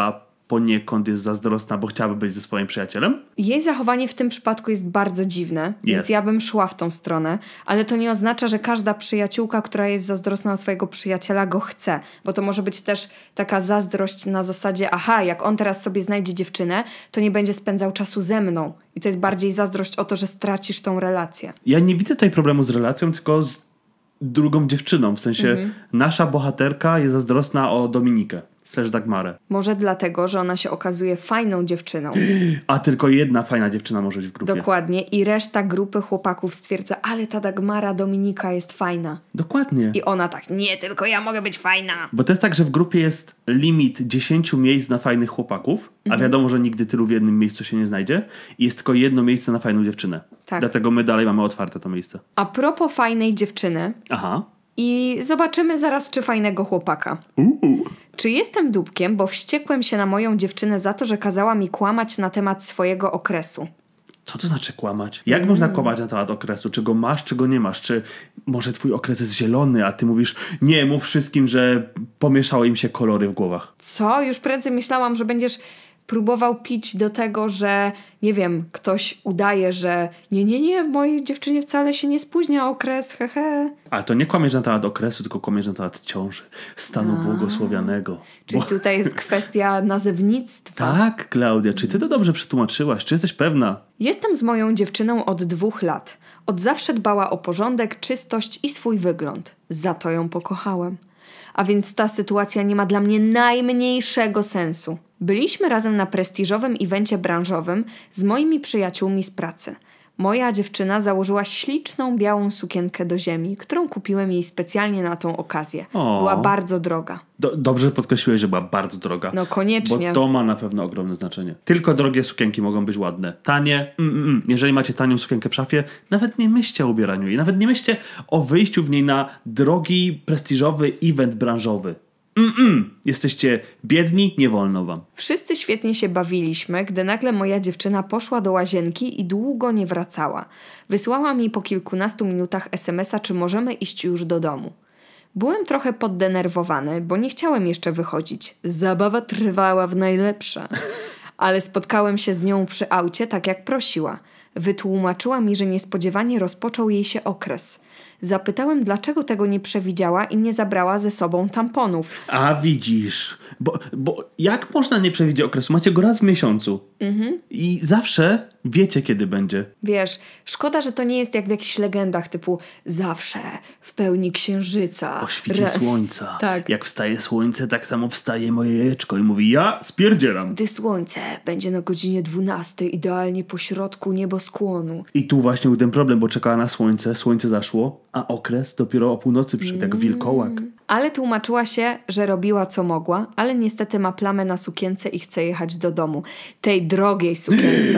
poniekąd jest zazdrosna, bo chciałaby być ze swoim przyjacielem? Jej zachowanie w tym przypadku jest bardzo dziwne, więc Jest. ja bym szła w tą stronę, ale to nie oznacza, że każda przyjaciółka, która jest zazdrosna o swojego przyjaciela, go chce, bo to może być też taka zazdrość na zasadzie, aha, jak on teraz sobie znajdzie dziewczynę, to nie będzie spędzał czasu ze mną. I to jest bardziej zazdrość o to, że stracisz tą relację. Ja nie widzę tutaj problemu z relacją, tylko z drugą dziewczyną. W sensie Mhm. nasza bohaterka jest zazdrosna o Dominikę slash Dagmarę. Może dlatego, że ona się okazuje fajną dziewczyną. A tylko jedna fajna dziewczyna może być w grupie. Dokładnie. I reszta grupy chłopaków stwierdza, ale ta Dagmara Dominika jest fajna. Dokładnie. I ona tak, nie, tylko ja mogę być fajna. Bo to jest tak, że w grupie jest limit dziesięć miejsc na fajnych chłopaków, Mhm. a wiadomo, że nigdy tylu w jednym miejscu się nie znajdzie. I jest tylko jedno miejsce na fajną dziewczynę. Tak. Dlatego my dalej mamy otwarte to miejsce. A propos fajnej dziewczyny, Aha. i zobaczymy zaraz, czy fajnego chłopaka. Uuu. Czy jestem dupkiem, bo wściekłem się na moją dziewczynę za to, że kazała mi kłamać na temat swojego okresu. Co to znaczy kłamać? Jak mm. można kłamać na temat okresu? Czy go masz, czy go nie masz? Czy może twój okres jest zielony, a ty mówisz, nie, mów wszystkim, że pomieszały im się kolory w głowach. Co? Już prędzej myślałam, że będziesz próbował pić do tego, że nie wiem, ktoś udaje, że nie, nie, nie, w mojej dziewczynie wcale się nie spóźnia okres, hehe. Ale to nie kłamiesz na temat okresu, tylko kłamiesz na temat ciąży, stanu A. błogosławionego. Czyli Bo... tutaj jest kwestia nazewnictwa. Tak, Klaudia, czy ty to dobrze przetłumaczyłaś? Czy jesteś pewna? Jestem z moją dziewczyną od dwóch lat. Od zawsze dbała o porządek, czystość i swój wygląd. Za to ją pokochałem. A więc ta sytuacja nie ma dla mnie najmniejszego sensu. Byliśmy razem na prestiżowym evencie branżowym z moimi przyjaciółmi z pracy. Moja dziewczyna założyła śliczną białą sukienkę do ziemi, którą kupiłem jej specjalnie na tą okazję. O. Była bardzo droga. Do, dobrze podkreśliłeś, że była bardzo droga. No koniecznie. Bo to ma na pewno ogromne znaczenie. Tylko drogie sukienki mogą być ładne. Tanie, mm, mm. jeżeli macie tanią sukienkę w szafie, nawet nie myślcie o ubieraniu jej. Nawet nie myślcie o wyjściu w niej na drogi, prestiżowy event branżowy. Mm-mm. Jesteście biedni, nie wolno wam. Wszyscy świetnie się bawiliśmy, gdy nagle moja dziewczyna poszła do łazienki i długo nie wracała. Wysłała mi po kilkunastu minutach es em es a, czy możemy iść już do domu. Byłem trochę poddenerwowany, bo nie chciałem jeszcze wychodzić. Zabawa trwała w najlepsze. Ale spotkałem się z nią przy aucie, tak jak prosiła. Wytłumaczyła mi, że niespodziewanie rozpoczął jej się okres. Zapytałem, dlaczego tego nie przewidziała i nie zabrała ze sobą tamponów. A widzisz, bo, bo jak można nie przewidzieć okresu? Macie go raz w miesiącu. Mhm. I zawsze wiecie, kiedy będzie. Wiesz, szkoda, że to nie jest jak w jakichś legendach typu zawsze w pełni księżyca. O świcie Re- słońca. Tak. Jak wstaje słońce, tak samo wstaje moje jajeczko i mówi, ja spierdzielam. Gdy słońce będzie na godzinie dwunastej, idealnie po środku nieboskłonu. I tu właśnie był ten problem, bo czekała na słońce, słońce zaszło, a okres dopiero o północy przyszedł, jak wilkołak. Ale tłumaczyła się, że robiła co mogła, ale niestety ma plamę na sukience i chce jechać do domu. Tej drogiej sukience.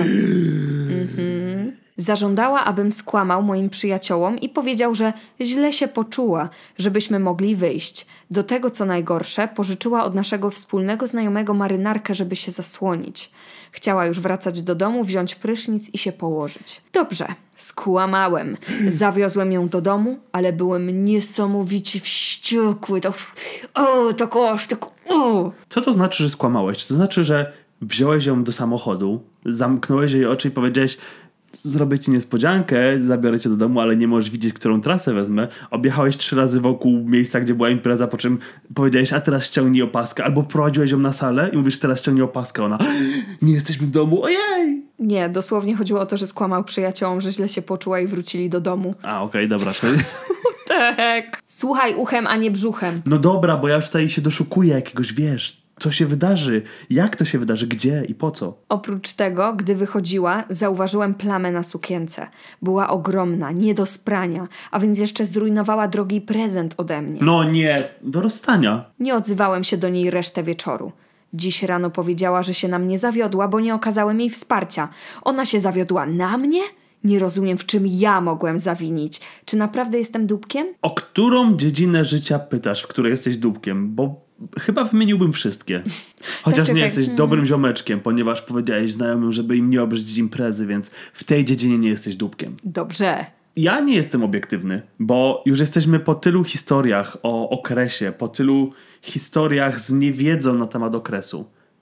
mhm. Zażądała, abym skłamał moim przyjaciołom i powiedział, że źle się poczuła, żebyśmy mogli wyjść. Do tego, co najgorsze, pożyczyła od naszego wspólnego znajomego marynarkę, żeby się zasłonić. Chciała już wracać do domu, wziąć prysznic i się położyć. Dobrze, skłamałem. Zawiozłem ją do domu, ale byłem niesamowicie wściekły. Tak, o, tak aż, tak, o. Co to znaczy, że skłamałeś? Czy to znaczy, że wziąłeś ją do samochodu, zamknąłeś jej oczy i powiedziałeś, zrobię ci niespodziankę, zabiorę cię do domu, ale nie możesz widzieć, którą trasę wezmę. Objechałeś trzy razy wokół miejsca, gdzie była impreza, po czym powiedziałeś, a teraz ściągnij opaskę. Albo wprowadziłeś ją na salę i mówisz, teraz ściągnij opaskę. Ona, nie jesteśmy w domu, ojej! Nie, dosłownie chodziło o to, że skłamał przyjaciołom, że źle się poczuła i wrócili do domu. A, okej, okay, dobra. Czyli... tak. Słuchaj uchem, a nie brzuchem. No dobra, bo ja już tutaj się doszukuję jakiegoś, wiesz... Co się wydarzy? Jak to się wydarzy? Gdzie i po co? Oprócz tego, gdy wychodziła, zauważyłem plamę na sukience. Była ogromna, nie do sprania, a więc jeszcze zrujnowała drogi prezent ode mnie. No nie, do rozstania. Nie odzywałem się do niej resztę wieczoru. Dziś rano powiedziała, że się na mnie zawiodła, bo nie okazałem jej wsparcia. Ona się zawiodła na mnie? Nie rozumiem, w czym ja mogłem zawinić. Czy naprawdę jestem dupkiem? O którą dziedzinę życia pytasz, w której jesteś dupkiem? Bo chyba wymieniłbym wszystkie. Chociaż tak, nie tak, jesteś hmm. dobrym ziomeczkiem, ponieważ powiedziałeś znajomym, żeby im nie obrzydzić imprezy, więc w tej dziedzinie nie jesteś dupkiem. Dobrze. Ja nie jestem obiektywny, bo już jesteśmy po tylu historiach o okresie, po tylu historiach z niewiedzą na temat okresu.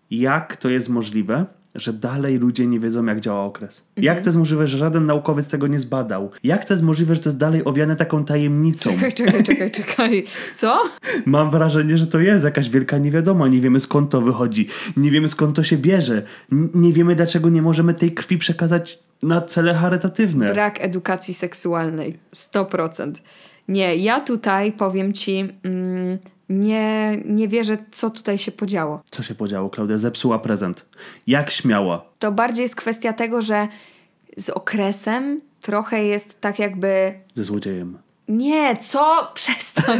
jak to jest możliwe, że dalej ludzie nie wiedzą, jak działa okres. Mhm. Jak to jest możliwe, że żaden naukowiec tego nie zbadał? Jak to jest możliwe, że to jest dalej owiane taką tajemnicą? Czekaj, czekaj, czekaj, czekaj. Co? Mam wrażenie, że to jest jakaś wielka niewiadoma. Nie wiemy, skąd to wychodzi. Nie wiemy, skąd to się bierze. N- nie wiemy, dlaczego nie możemy tej krwi przekazać na cele charytatywne. Brak edukacji seksualnej. sto procent. Nie, ja tutaj powiem ci... Mm, Nie, nie wierzę, co tutaj się podziało. Co się podziało, Klaudia? Zepsuła prezent. Jak śmiała? To bardziej jest kwestia tego, że z okresem trochę jest tak jakby... Ze złodziejem. Nie, co? Przestań.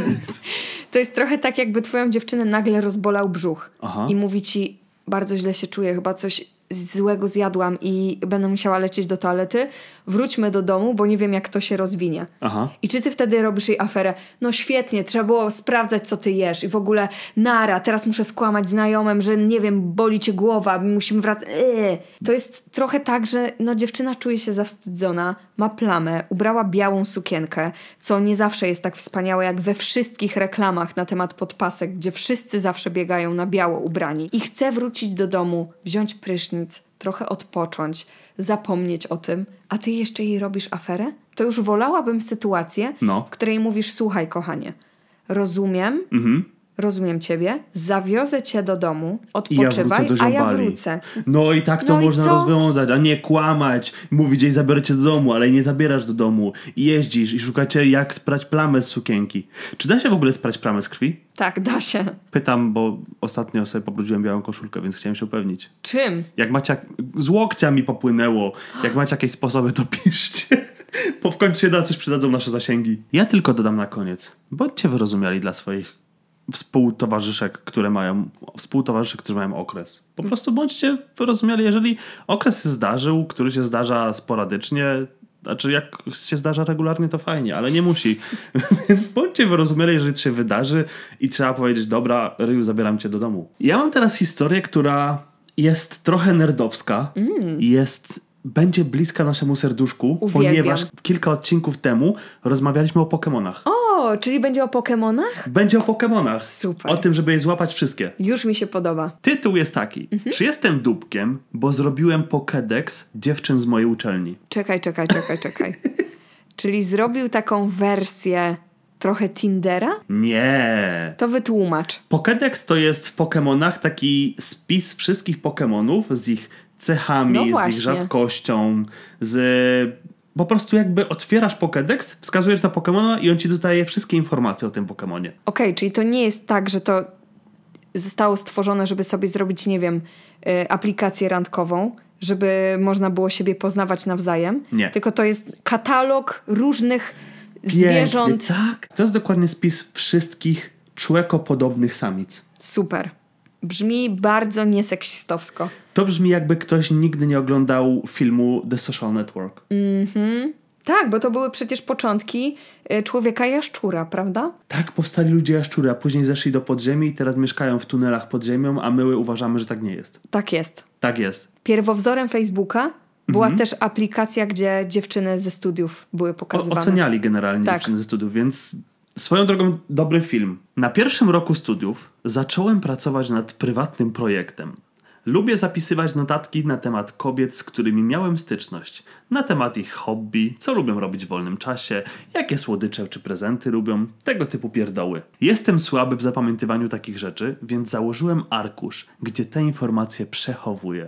To jest trochę tak, jakby twoją dziewczynę nagle rozbolał brzuch. Aha. I mówi ci, bardzo źle się czuję, chyba coś złego zjadłam i będę musiała lecieć do toalety. Wróćmy do domu, bo nie wiem, jak to się rozwinie. Aha. I czy ty wtedy robisz jej aferę? No świetnie, trzeba było sprawdzać, co ty jesz. I w ogóle nara, teraz muszę skłamać znajomym, że nie wiem, boli cię głowa, musimy wracać. Eee. To jest trochę tak, że no dziewczyna czuje się zawstydzona, ma plamę, ubrała białą sukienkę, co nie zawsze jest tak wspaniałe, jak we wszystkich reklamach na temat podpasek, gdzie wszyscy zawsze biegają na biało ubrani. I chce wrócić do domu, wziąć prysznic, trochę odpocząć, zapomnieć o tym, a ty jeszcze jej robisz aferę? To już wolałabym sytuację, no. w której mówisz, słuchaj kochanie, rozumiem, mhm. rozumiem ciebie, zawiozę cię do domu, odpoczywaj, ja a ja wrócę. No i tak to no można rozwiązać, a nie kłamać, mówić jej zabiorę cię do domu, ale nie zabierasz do domu i jeździsz i szukacie jak sprać plamę z sukienki. Czy da się w ogóle sprać plamę z krwi? Tak, da się. Pytam, bo ostatnio sobie pobrudziłem białą koszulkę, więc chciałem się upewnić. Czym? Jak macie, z łokcia mi popłynęło. Jak macie jakieś sposoby, to piszcie. Bo w końcu się da coś przydadzą nasze zasięgi. Ja tylko dodam na koniec. Bądźcie wyrozumiali dla swoich współtowarzyszek, które mają współtowarzyszek, którzy mają okres. Po prostu bądźcie wyrozumiali, jeżeli okres się zdarzył, który się zdarza sporadycznie, znaczy jak się zdarza regularnie, to fajnie, ale nie musi. Więc bądźcie wyrozumiali, jeżeli to się wydarzy i trzeba powiedzieć, dobra, Ryju, zabieram cię do domu. Ja mam teraz historię, która jest trochę nerdowska. Mm. Jest... będzie bliska naszemu serduszku, Uwielbiam. Ponieważ kilka odcinków temu rozmawialiśmy o Pokemonach. O, czyli będzie o Pokemonach? Będzie o Pokemonach. Super. O tym, żeby je złapać wszystkie. Już mi się podoba. Tytuł jest taki. Mhm. Czy jestem dupkiem, bo zrobiłem Pokédex dziewczyn z mojej uczelni? Czekaj, czekaj, czekaj, czekaj. Czyli zrobił taką wersję trochę Tindera? Nie. To wytłumacz. Pokédex to jest w Pokemonach taki spis wszystkich Pokemonów z ich cechami, no z ich rzadkością, z... Po prostu jakby otwierasz Pokédex, wskazujesz na Pokemona i on ci dodaje wszystkie informacje o tym Pokemonie. Okej, okay, czyli to nie jest tak, że to zostało stworzone, żeby sobie zrobić, nie wiem, y, aplikację randkową, żeby można było siebie poznawać nawzajem. Nie. Tylko to jest katalog różnych Piękny, zwierząt. Tak. To jest dokładnie spis wszystkich człekopodobnych samic. Super. Brzmi bardzo nieseksistowsko. To brzmi, jakby ktoś nigdy nie oglądał filmu The Social Network. Mhm. Tak, bo to były przecież początki człowieka jaszczura, prawda? Tak, powstali ludzie jaszczury, a później zeszli do podziemi i teraz mieszkają w tunelach pod ziemią, a my uważamy, że tak nie jest. Tak jest. Tak jest. Pierwowzorem Facebooka była mhm. też aplikacja, gdzie dziewczyny ze studiów były pokazywane. O, oceniali generalnie tak. dziewczyny ze studiów, więc... Swoją drogą dobry film. Na pierwszym roku studiów zacząłem pracować nad prywatnym projektem. Lubię zapisywać notatki na temat kobiet, z którymi miałem styczność. Na temat ich hobby, co lubią robić w wolnym czasie, jakie słodycze czy prezenty lubią, tego typu pierdoły. Jestem słaby w zapamiętywaniu takich rzeczy, więc założyłem arkusz, gdzie te informacje przechowuję.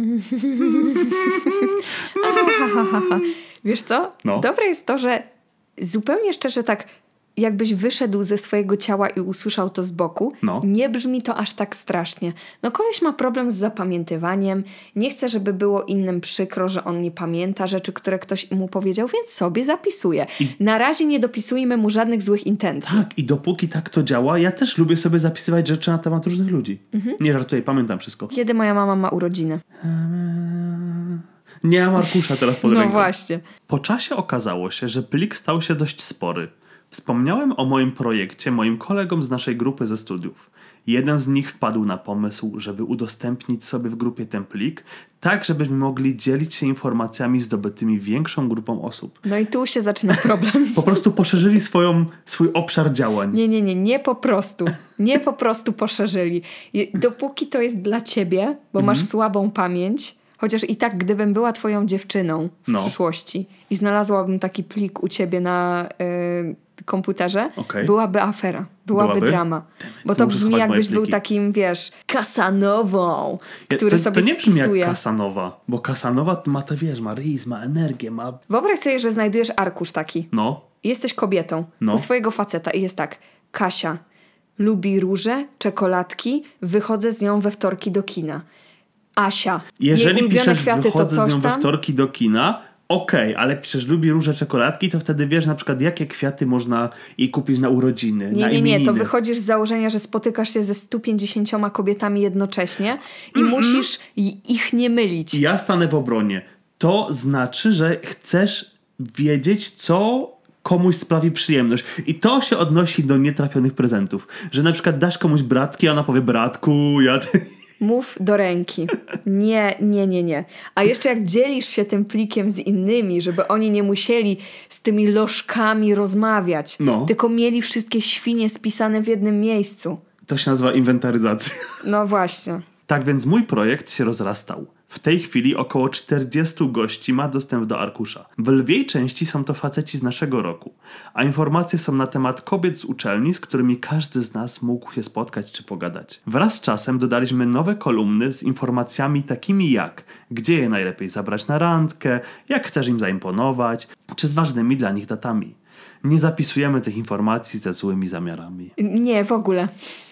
Wiesz co? No. Dobre jest to, że zupełnie szczerze tak... jakbyś wyszedł ze swojego ciała i usłyszał to z boku, no. nie brzmi to aż tak strasznie. No koleś ma problem z zapamiętywaniem, nie chce, żeby było innym przykro, że on nie pamięta rzeczy, które ktoś mu powiedział, więc sobie zapisuje. I... Na razie nie dopisujmy mu żadnych złych intencji. Tak, i dopóki tak to działa, ja też lubię sobie zapisywać rzeczy na temat różnych ludzi. Mhm. Nie żartuję, pamiętam wszystko. Kiedy moja mama ma urodziny? Nie mam arkusza teraz pod ręką. No właśnie. Po czasie okazało się, że plik stał się dość spory. Wspomniałem o moim projekcie moim kolegom z naszej grupy ze studiów. Jeden z nich wpadł na pomysł, żeby udostępnić sobie w grupie ten plik, tak żebyśmy mogli dzielić się informacjami zdobytymi większą grupą osób. No i tu się zaczyna problem. Po prostu poszerzyli swoją, swój obszar działań. Nie, nie, nie, nie po prostu. Nie po prostu poszerzyli. Dopóki to jest dla ciebie, bo mhm. masz słabą pamięć, chociaż i tak gdybym była twoją dziewczyną w no. przyszłości i znalazłabym taki plik u ciebie na y, komputerze, okay. byłaby afera, byłaby, byłaby? drama. Bo to brzmi jakbyś był takim, wiesz, Casanową, który ja, to, sobie to nie brzmi spisuje. Jak Casanowa, bo Casanowa ma to, wiesz, ma rys, ma energię, ma... Wyobraź sobie, że znajdujesz arkusz taki. No. Jesteś kobietą no. u swojego faceta i jest tak, Kasia lubi róże, czekoladki, wychodzę z nią we wtorki do kina. Asia, jeżeli jej ulubione piszesz, kwiaty wychodzę to coś z nią tam? we wtorki do kina, okej, okay, ale piszesz, lubi róże, czekoladki, to wtedy wiesz na przykład, jakie kwiaty można jej kupić na urodziny, nie, na nie, imieniny. Nie, to wychodzisz z założenia, że spotykasz się ze stu pięćdziesięcioma kobietami jednocześnie i Mm-mm. musisz ich nie mylić. Ja stanę w obronie. To znaczy, że chcesz wiedzieć, co komuś sprawi przyjemność. I to się odnosi do nietrafionych prezentów. Że na przykład dasz komuś bratki, a ona powie, bratku, ja... Mów do ręki. Nie, nie, nie, nie. A jeszcze jak dzielisz się tym plikiem z innymi, żeby oni nie musieli z tymi lożkami rozmawiać, no. tylko mieli wszystkie świnie spisane w jednym miejscu. To się nazywa inwentaryzacja. No właśnie. Tak więc mój projekt się rozrastał. W tej chwili około czterdziestu gości ma dostęp do arkusza. W lwiej części są to faceci z naszego roku, a informacje są na temat kobiet z uczelni, z którymi każdy z nas mógł się spotkać czy pogadać. Wraz z czasem dodaliśmy nowe kolumny z informacjami takimi jak gdzie je najlepiej zabrać na randkę, jak chcesz im zaimponować, czy z ważnymi dla nich datami. Nie zapisujemy tych informacji ze złymi zamiarami. Nie, w ogóle.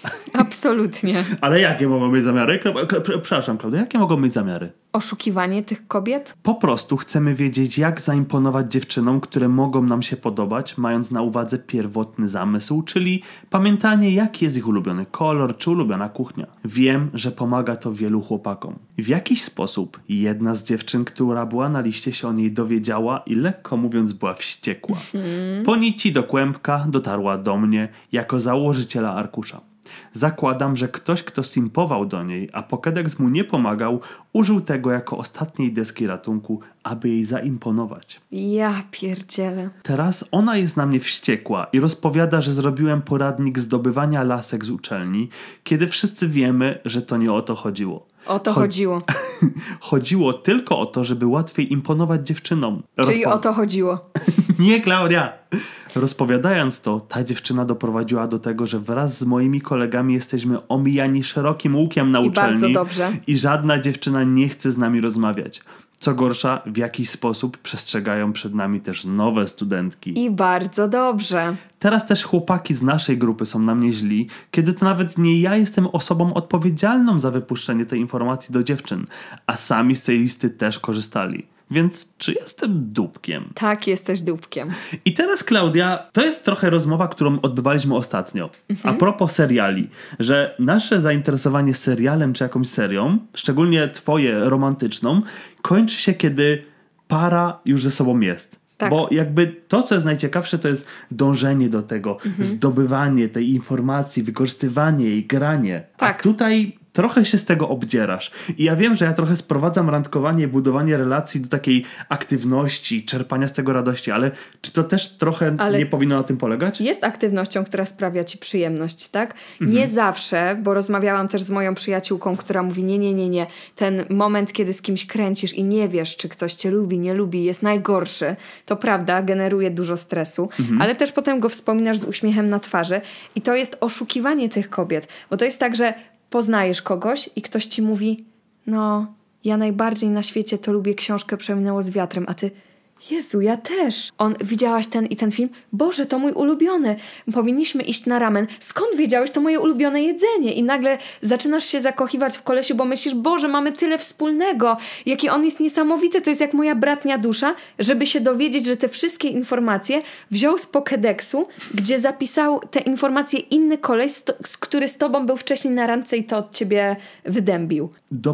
Absolutnie. Ale jakie mogą mieć zamiary? Przepraszam, Klaudia, jakie mogą mieć zamiary? Oszukiwanie tych kobiet? Po prostu chcemy wiedzieć, jak zaimponować dziewczynom, które mogą nam się podobać, mając na uwadze pierwotny zamysł, czyli pamiętanie, jaki jest ich ulubiony kolor czy ulubiona kuchnia. Wiem, że pomaga to wielu chłopakom. W jakiś sposób jedna z dziewczyn, która była na liście, się o niej dowiedziała i lekko mówiąc była wściekła. Hmm. Po nici do kłębka dotarła do mnie jako założyciela arkusza. Zakładam, że ktoś, kto simpował do niej, a Pokédex mu nie pomagał, użył tego jako ostatniej deski ratunku, aby jej zaimponować. Ja pierdzielę. Teraz ona jest na mnie wściekła i rozpowiada, że zrobiłem poradnik zdobywania lasek z uczelni, kiedy wszyscy wiemy, że to nie o to chodziło. O to Cho- chodziło. Chodziło tylko o to, żeby łatwiej imponować dziewczynom. Czyli Rozpo- o to chodziło. Nie, Klaudia! Rozpowiadając to, ta dziewczyna doprowadziła do tego, że wraz z moimi kolegami jesteśmy omijani szerokim łukiem na I uczelni. bardzo dobrze. I żadna dziewczyna nie chce z nami rozmawiać. Co gorsza, w jakiś sposób przestrzegają przed nami też nowe studentki. I bardzo dobrze. Teraz też chłopaki z naszej grupy są na mnie źli, kiedy to nawet nie ja jestem osobą odpowiedzialną za wypuszczenie tej informacji do dziewczyn, a sami z tej listy też korzystali. Więc czy jestem dupkiem? Tak, jesteś dupkiem. I teraz, Klaudia, to jest trochę rozmowa, którą odbywaliśmy ostatnio. Mhm. A propos seriali, że nasze zainteresowanie serialem czy jakąś serią, szczególnie twoje romantyczną, kończy się, kiedy para już ze sobą jest. Tak. Bo jakby to, co jest najciekawsze, to jest dążenie do tego, mhm. zdobywanie tej informacji, wykorzystywanie jej, granie. Tak. A tutaj trochę się z tego obdzierasz. I ja wiem, że ja trochę sprowadzam randkowanie, budowanie relacji do takiej aktywności, czerpania z tego radości, ale czy to też trochę ale nie powinno na tym polegać? Jest aktywnością, która sprawia ci przyjemność, tak? Mhm. Nie zawsze, bo rozmawiałam też z moją przyjaciółką, która mówi nie, nie, nie, nie. Ten moment, kiedy z kimś kręcisz i nie wiesz, czy ktoś cię lubi, nie lubi, jest najgorszy. To prawda, generuje dużo stresu, mhm. ale też potem go wspominasz z uśmiechem na twarzy i to jest oszukiwanie tych kobiet, bo to jest tak, że poznajesz kogoś i ktoś ci mówi, no, ja najbardziej na świecie to lubię książkę Przeminęło z wiatrem, a ty, Jezu, ja też. On, widziałaś ten i ten film? Boże, to mój ulubiony. Powinniśmy iść na ramen. Skąd wiedziałeś? To moje ulubione jedzenie. I nagle zaczynasz się zakochiwać w kolesiu, bo myślisz, Boże, mamy tyle wspólnego. Jaki on jest niesamowity. To jest jak moja bratnia dusza, żeby się dowiedzieć, że te wszystkie informacje wziął z Pokédexu, gdzie zapisał te informacje inny koleś, sto, który z tobą był wcześniej na randce i to od ciebie wydębił.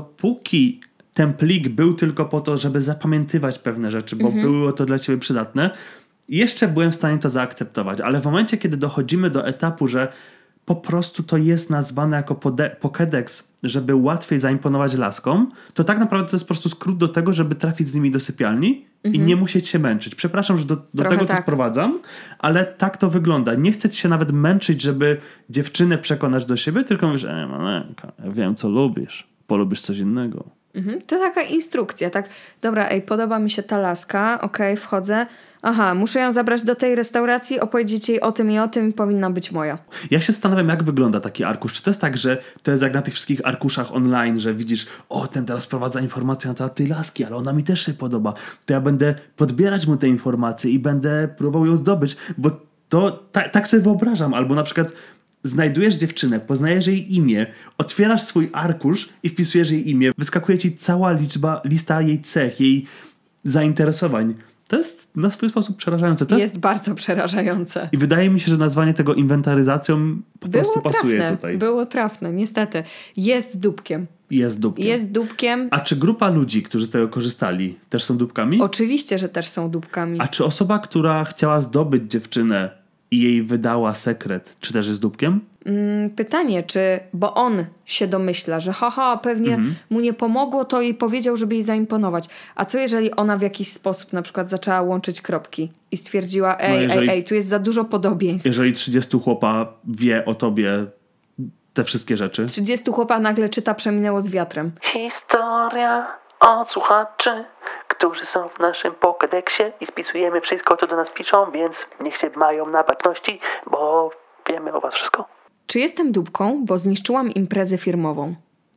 Dopóki ten plik był tylko po to, żeby zapamiętywać pewne rzeczy, bo mhm. było to dla ciebie przydatne, jeszcze byłem w stanie to zaakceptować, ale w momencie, kiedy dochodzimy do etapu, że po prostu to jest nazwane jako pode- Pokédex, żeby łatwiej zaimponować laskom, to tak naprawdę to jest po prostu skrót do tego, żeby trafić z nimi do sypialni mhm. i nie musieć się męczyć. Przepraszam, że do, do tego tak. to sprowadzam, ale tak to wygląda. Nie chcę ci się nawet męczyć, żeby dziewczynę przekonać do siebie, tylko mówisz, ej Malenka, ja wiem co lubisz, polubisz coś innego. Mhm. To taka instrukcja, tak, dobra, ej, podoba mi się ta laska, okej, okay, wchodzę, aha, muszę ją zabrać do tej restauracji, opowiedzieć jej o tym i o tym, powinna być moja. Ja się zastanawiam, jak wygląda taki arkusz. Czy to jest tak, że to jest jak na tych wszystkich arkuszach online, że widzisz, o, ten teraz wprowadza informację na temat tej laski, ale ona mi też się podoba. To ja będę podbierać mu te informacje i będę próbował ją zdobyć, bo to ta, tak sobie wyobrażam. Albo na przykład znajdujesz dziewczynę, poznajesz jej imię, otwierasz swój arkusz i wpisujesz jej imię. Wyskakuje ci cała liczba, lista jej cech, jej zainteresowań. To jest na swój sposób przerażające. To jest, jest bardzo przerażające. I wydaje mi się, że nazwanie tego inwentaryzacją po było prostu pasuje trafne, tutaj. Było trafne, niestety. Jest dupkiem. Jest dupkiem. Jest dupkiem. A czy grupa ludzi, którzy z tego korzystali, też są dupkami? Oczywiście, że też są dupkami. A czy osoba, która chciała zdobyć dziewczynę i jej wydała sekret, czy też jest dupkiem? Pytanie, czy, bo on się domyśla, że haha, pewnie mhm. mu nie pomogło, to jej powiedział, żeby jej zaimponować. A co jeżeli ona w jakiś sposób na przykład zaczęła łączyć kropki i stwierdziła, ej, no jeżeli, ej, ej, tu jest za dużo podobieństw. Jeżeli trzydziestu chłopa wie o tobie te wszystkie rzeczy. trzydziestu chłopa nagle czyta Przeminęło z wiatrem. Historia od słuchaczy, którzy są w naszym Pokédexie i spisujemy wszystko, co do nas piszą, więc niech się mają na baczności, bo wiemy o was wszystko. Czy jestem dupką, bo zniszczyłam imprezę firmową?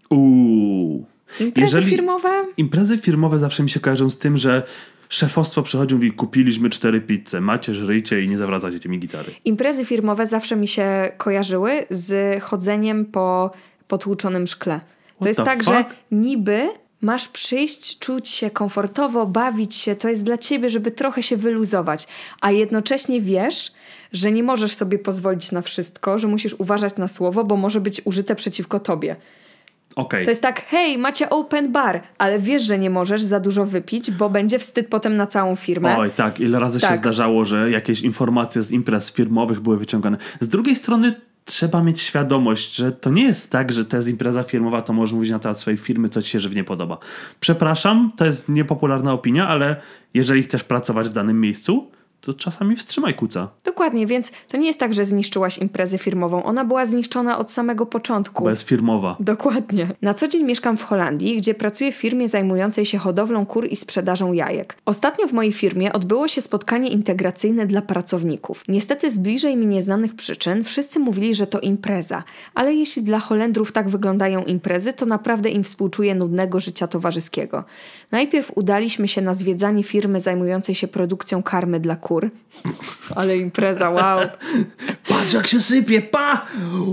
Uuu. Imprezy Jeżeli... firmowe? Imprezy firmowe zawsze mi się kojarzą z tym, że szefostwo przychodzi i mówi, kupiliśmy cztery pizze, macie, żryjcie i nie zawracacie mi gitary. Imprezy firmowe zawsze mi się kojarzyły z chodzeniem po potłuczonym szkle. To What jest tak, fuck? że niby masz przyjść, czuć się komfortowo, bawić się, to jest dla ciebie, żeby trochę się wyluzować, a jednocześnie wiesz, że nie możesz sobie pozwolić na wszystko, że musisz uważać na słowo, bo może być użyte przeciwko tobie. Okay. To jest tak, hej, macie open bar, ale wiesz, że nie możesz za dużo wypić, bo będzie wstyd potem na całą firmę. Oj, tak. Ile razy tak. się zdarzało, że jakieś informacje z imprez firmowych były wyciągane. Z drugiej strony trzeba mieć świadomość, że to nie jest tak, że to jest impreza firmowa, to możesz mówić na temat swojej firmy, co ci się żywnie podoba. Przepraszam, to jest niepopularna opinia, ale jeżeli chcesz pracować w danym miejscu, to czasami wstrzymaj kuca. Dokładnie, więc to nie jest tak, że zniszczyłaś imprezę firmową. Ona była zniszczona od samego początku. Bo jest firmowa. Dokładnie. Na co dzień mieszkam w Holandii, gdzie pracuję w firmie zajmującej się hodowlą kur i sprzedażą jajek. Ostatnio w mojej firmie odbyło się spotkanie integracyjne dla pracowników. Niestety z bliżej mi nieznanych przyczyn wszyscy mówili, że to impreza. Ale jeśli dla Holendrów tak wyglądają imprezy, to naprawdę im współczuję nudnego życia towarzyskiego. Najpierw udaliśmy się na zwiedzanie firmy zajmującej się produkcją karmy dla kur. Ale impreza, wow. Patrz jak się sypie, pa!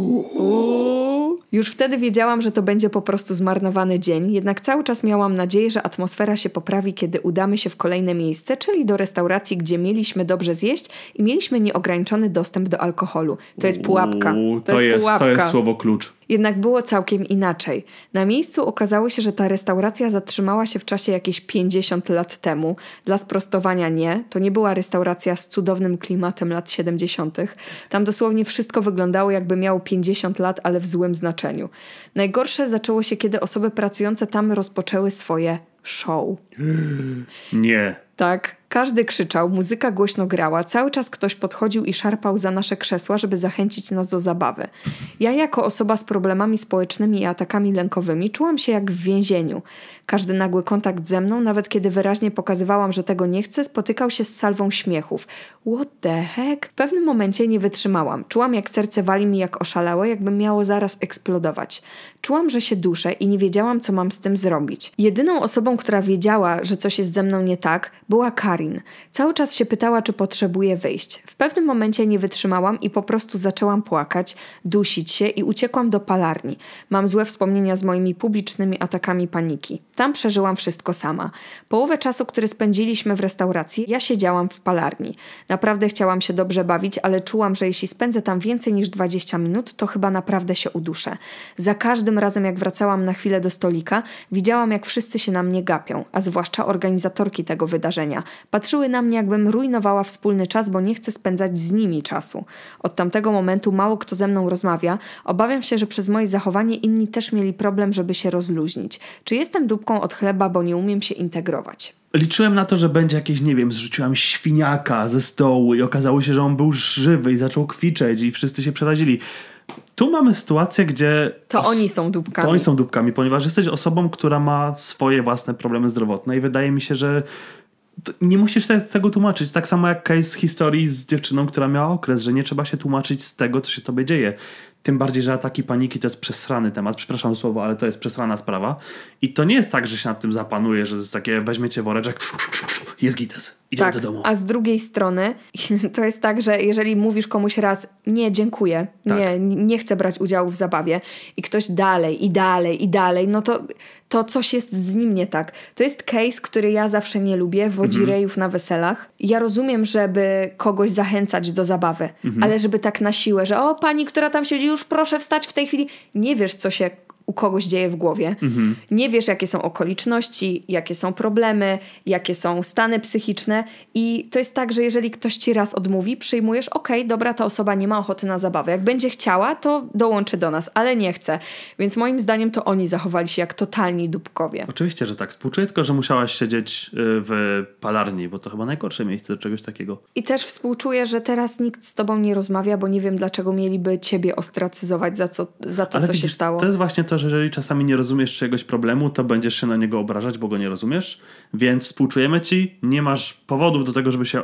Uuu. Już wtedy wiedziałam, że to będzie po prostu zmarnowany dzień, jednak cały czas miałam nadzieję, że atmosfera się poprawi, kiedy udamy się w kolejne miejsce, czyli do restauracji, gdzie mieliśmy dobrze zjeść i mieliśmy nieograniczony dostęp do alkoholu. To jest pułapka. Uuu, to, to, jest jest, pułapka. to jest słowo klucz. Jednak było całkiem inaczej. Na miejscu okazało się, że ta restauracja zatrzymała się w czasie jakieś pięćdziesiąt lat temu. Dla sprostowania nie. To nie była restauracja z cudownym klimatem lat siedemdziesiątych. Tam dosłownie wszystko wyglądało, jakby miało pięćdziesiąt lat, ale w złym znaczeniu. Najgorsze zaczęło się, kiedy osoby pracujące tam rozpoczęły swoje show. Nie. Tak, każdy krzyczał, muzyka głośno grała, cały czas ktoś podchodził i szarpał za nasze krzesła, żeby zachęcić nas do zabawy. Ja jako osoba z problemami społecznymi i atakami lękowymi czułam się jak w więzieniu. Każdy nagły kontakt ze mną, nawet kiedy wyraźnie pokazywałam, że tego nie chcę, spotykał się z salwą śmiechów. What the heck? W pewnym momencie nie wytrzymałam. Czułam, jak serce wali mi jak oszalałe, jakbym miało zaraz eksplodować. Czułam, że się duszę i nie wiedziałam, co mam z tym zrobić. Jedyną osobą, która wiedziała, że coś jest ze mną nie tak, była Karin. Cały czas się pytała, czy potrzebuje wyjść. W pewnym momencie nie wytrzymałam i po prostu zaczęłam płakać, dusić się i uciekłam do palarni. Mam złe wspomnienia z moimi publicznymi atakami paniki. Tam przeżyłam wszystko sama. Połowę czasu, który spędziliśmy w restauracji, ja siedziałam w palarni. Naprawdę chciałam się dobrze bawić, ale czułam, że jeśli spędzę tam więcej niż dwadzieścia minut, to chyba naprawdę się uduszę. Za każdym razem, jak wracałam na chwilę do stolika, widziałam, jak wszyscy się na mnie gapią, a zwłaszcza organizatorki tego wydarzenia. Patrzyły na mnie, jakbym rujnowała wspólny czas, bo nie chcę spędzać z nimi czasu. Od tamtego momentu mało kto ze mną rozmawia. Obawiam się, że przez moje zachowanie inni też mieli problem, żeby się rozluźnić. Czy jestem dupką od chleba, bo nie umiem się integrować? Liczyłem na to, że będzie jakieś, nie wiem, zrzuciłam świniaka ze stołu i okazało się, że on był żywy i zaczął kwiczeć i wszyscy się przerazili. Tu mamy sytuację, gdzie... To os- oni są dupkami. To oni są dupkami, ponieważ jesteś osobą, która ma swoje własne problemy zdrowotne i wydaje mi się, że to nie musisz się z tego tłumaczyć. Tak samo jak case historii z dziewczyną, która miała okres, że nie trzeba się tłumaczyć z tego, co się tobie dzieje. Tym bardziej, że ataki paniki to jest przesrany temat. Przepraszam słowo, ale to jest przesrana sprawa. I to nie jest tak, że się nad tym zapanuje, że to jest takie, weźmiecie woreczek, jest gites, idziemy Tak, do domu. a z drugiej strony to jest tak, że jeżeli mówisz komuś raz nie, dziękuję, Tak. nie, nie chcę brać udziału w zabawie i ktoś dalej i dalej i dalej, no to, to coś jest z nim nie tak. To jest case, który ja zawsze nie lubię, wodzirejów mhm. na weselach. Ja rozumiem, żeby kogoś zachęcać do zabawy, mhm. ale żeby tak na siłę, że o, pani, która tam siedzi, już proszę wstać w tej chwili. Nie wiesz, co się u kogoś dzieje w głowie. Mhm. Nie wiesz, jakie są okoliczności, jakie są problemy, jakie są stany psychiczne i to jest tak, że jeżeli ktoś ci raz odmówi, przyjmujesz, okej, okay, dobra, ta osoba nie ma ochoty na zabawę. Jak będzie chciała, to dołączy do nas, ale nie chce. Więc moim zdaniem to oni zachowali się jak totalni dupkowie. Oczywiście, że tak. Współczuję, tylko że musiałaś siedzieć w palarni, bo to chyba najgorsze miejsce do czegoś takiego. I też współczuję, że teraz nikt z tobą nie rozmawia, bo nie wiem, dlaczego mieliby ciebie ostracyzować za, co, za to, ale co widzisz, się stało. To jest właśnie to, że jeżeli czasami nie rozumiesz czegoś problemu, to będziesz się na niego obrażać, bo go nie rozumiesz. Więc współczujemy ci, nie masz powodów do tego, żeby się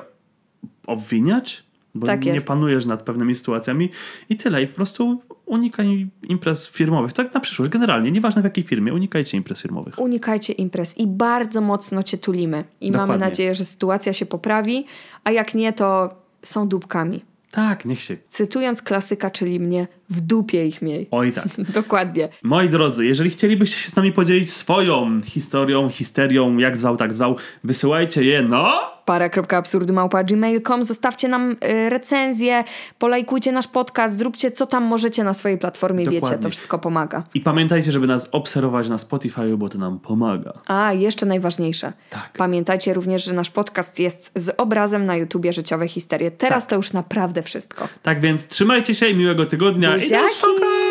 obwiniać, bo tak nie jest. panujesz nad pewnymi sytuacjami i tyle. I po prostu unikaj imprez firmowych. Tak na przyszłość, generalnie, nieważne w jakiej firmie, unikajcie imprez firmowych. Unikajcie imprez i bardzo mocno cię tulimy. I Dokładnie. mamy nadzieję, że sytuacja się poprawi, a jak nie, to są dupkami. Tak, niech się... Cytując klasyka, czyli mnie, w dupie ich miej. Oj tak. Dokładnie. Moi drodzy, jeżeli chcielibyście się z nami podzielić swoją historią, histerią, jak zwał, tak zwał, wysyłajcie je no... para kropka absurdu małpa gmail kropka com. Zostawcie nam y, recenzję, polajkujcie nasz podcast, zróbcie co tam możecie na swojej platformie. Dokładnie. Wiecie, to wszystko pomaga. I pamiętajcie, żeby nas obserwować na Spotify, bo to nam pomaga. A, jeszcze najważniejsze. Tak. Pamiętajcie również, że nasz podcast jest z obrazem na YouTubie Życiowe Histerie. Teraz tak. to już naprawdę wszystko. Tak więc trzymajcie się i miłego tygodnia. Buziaki. I do szukania!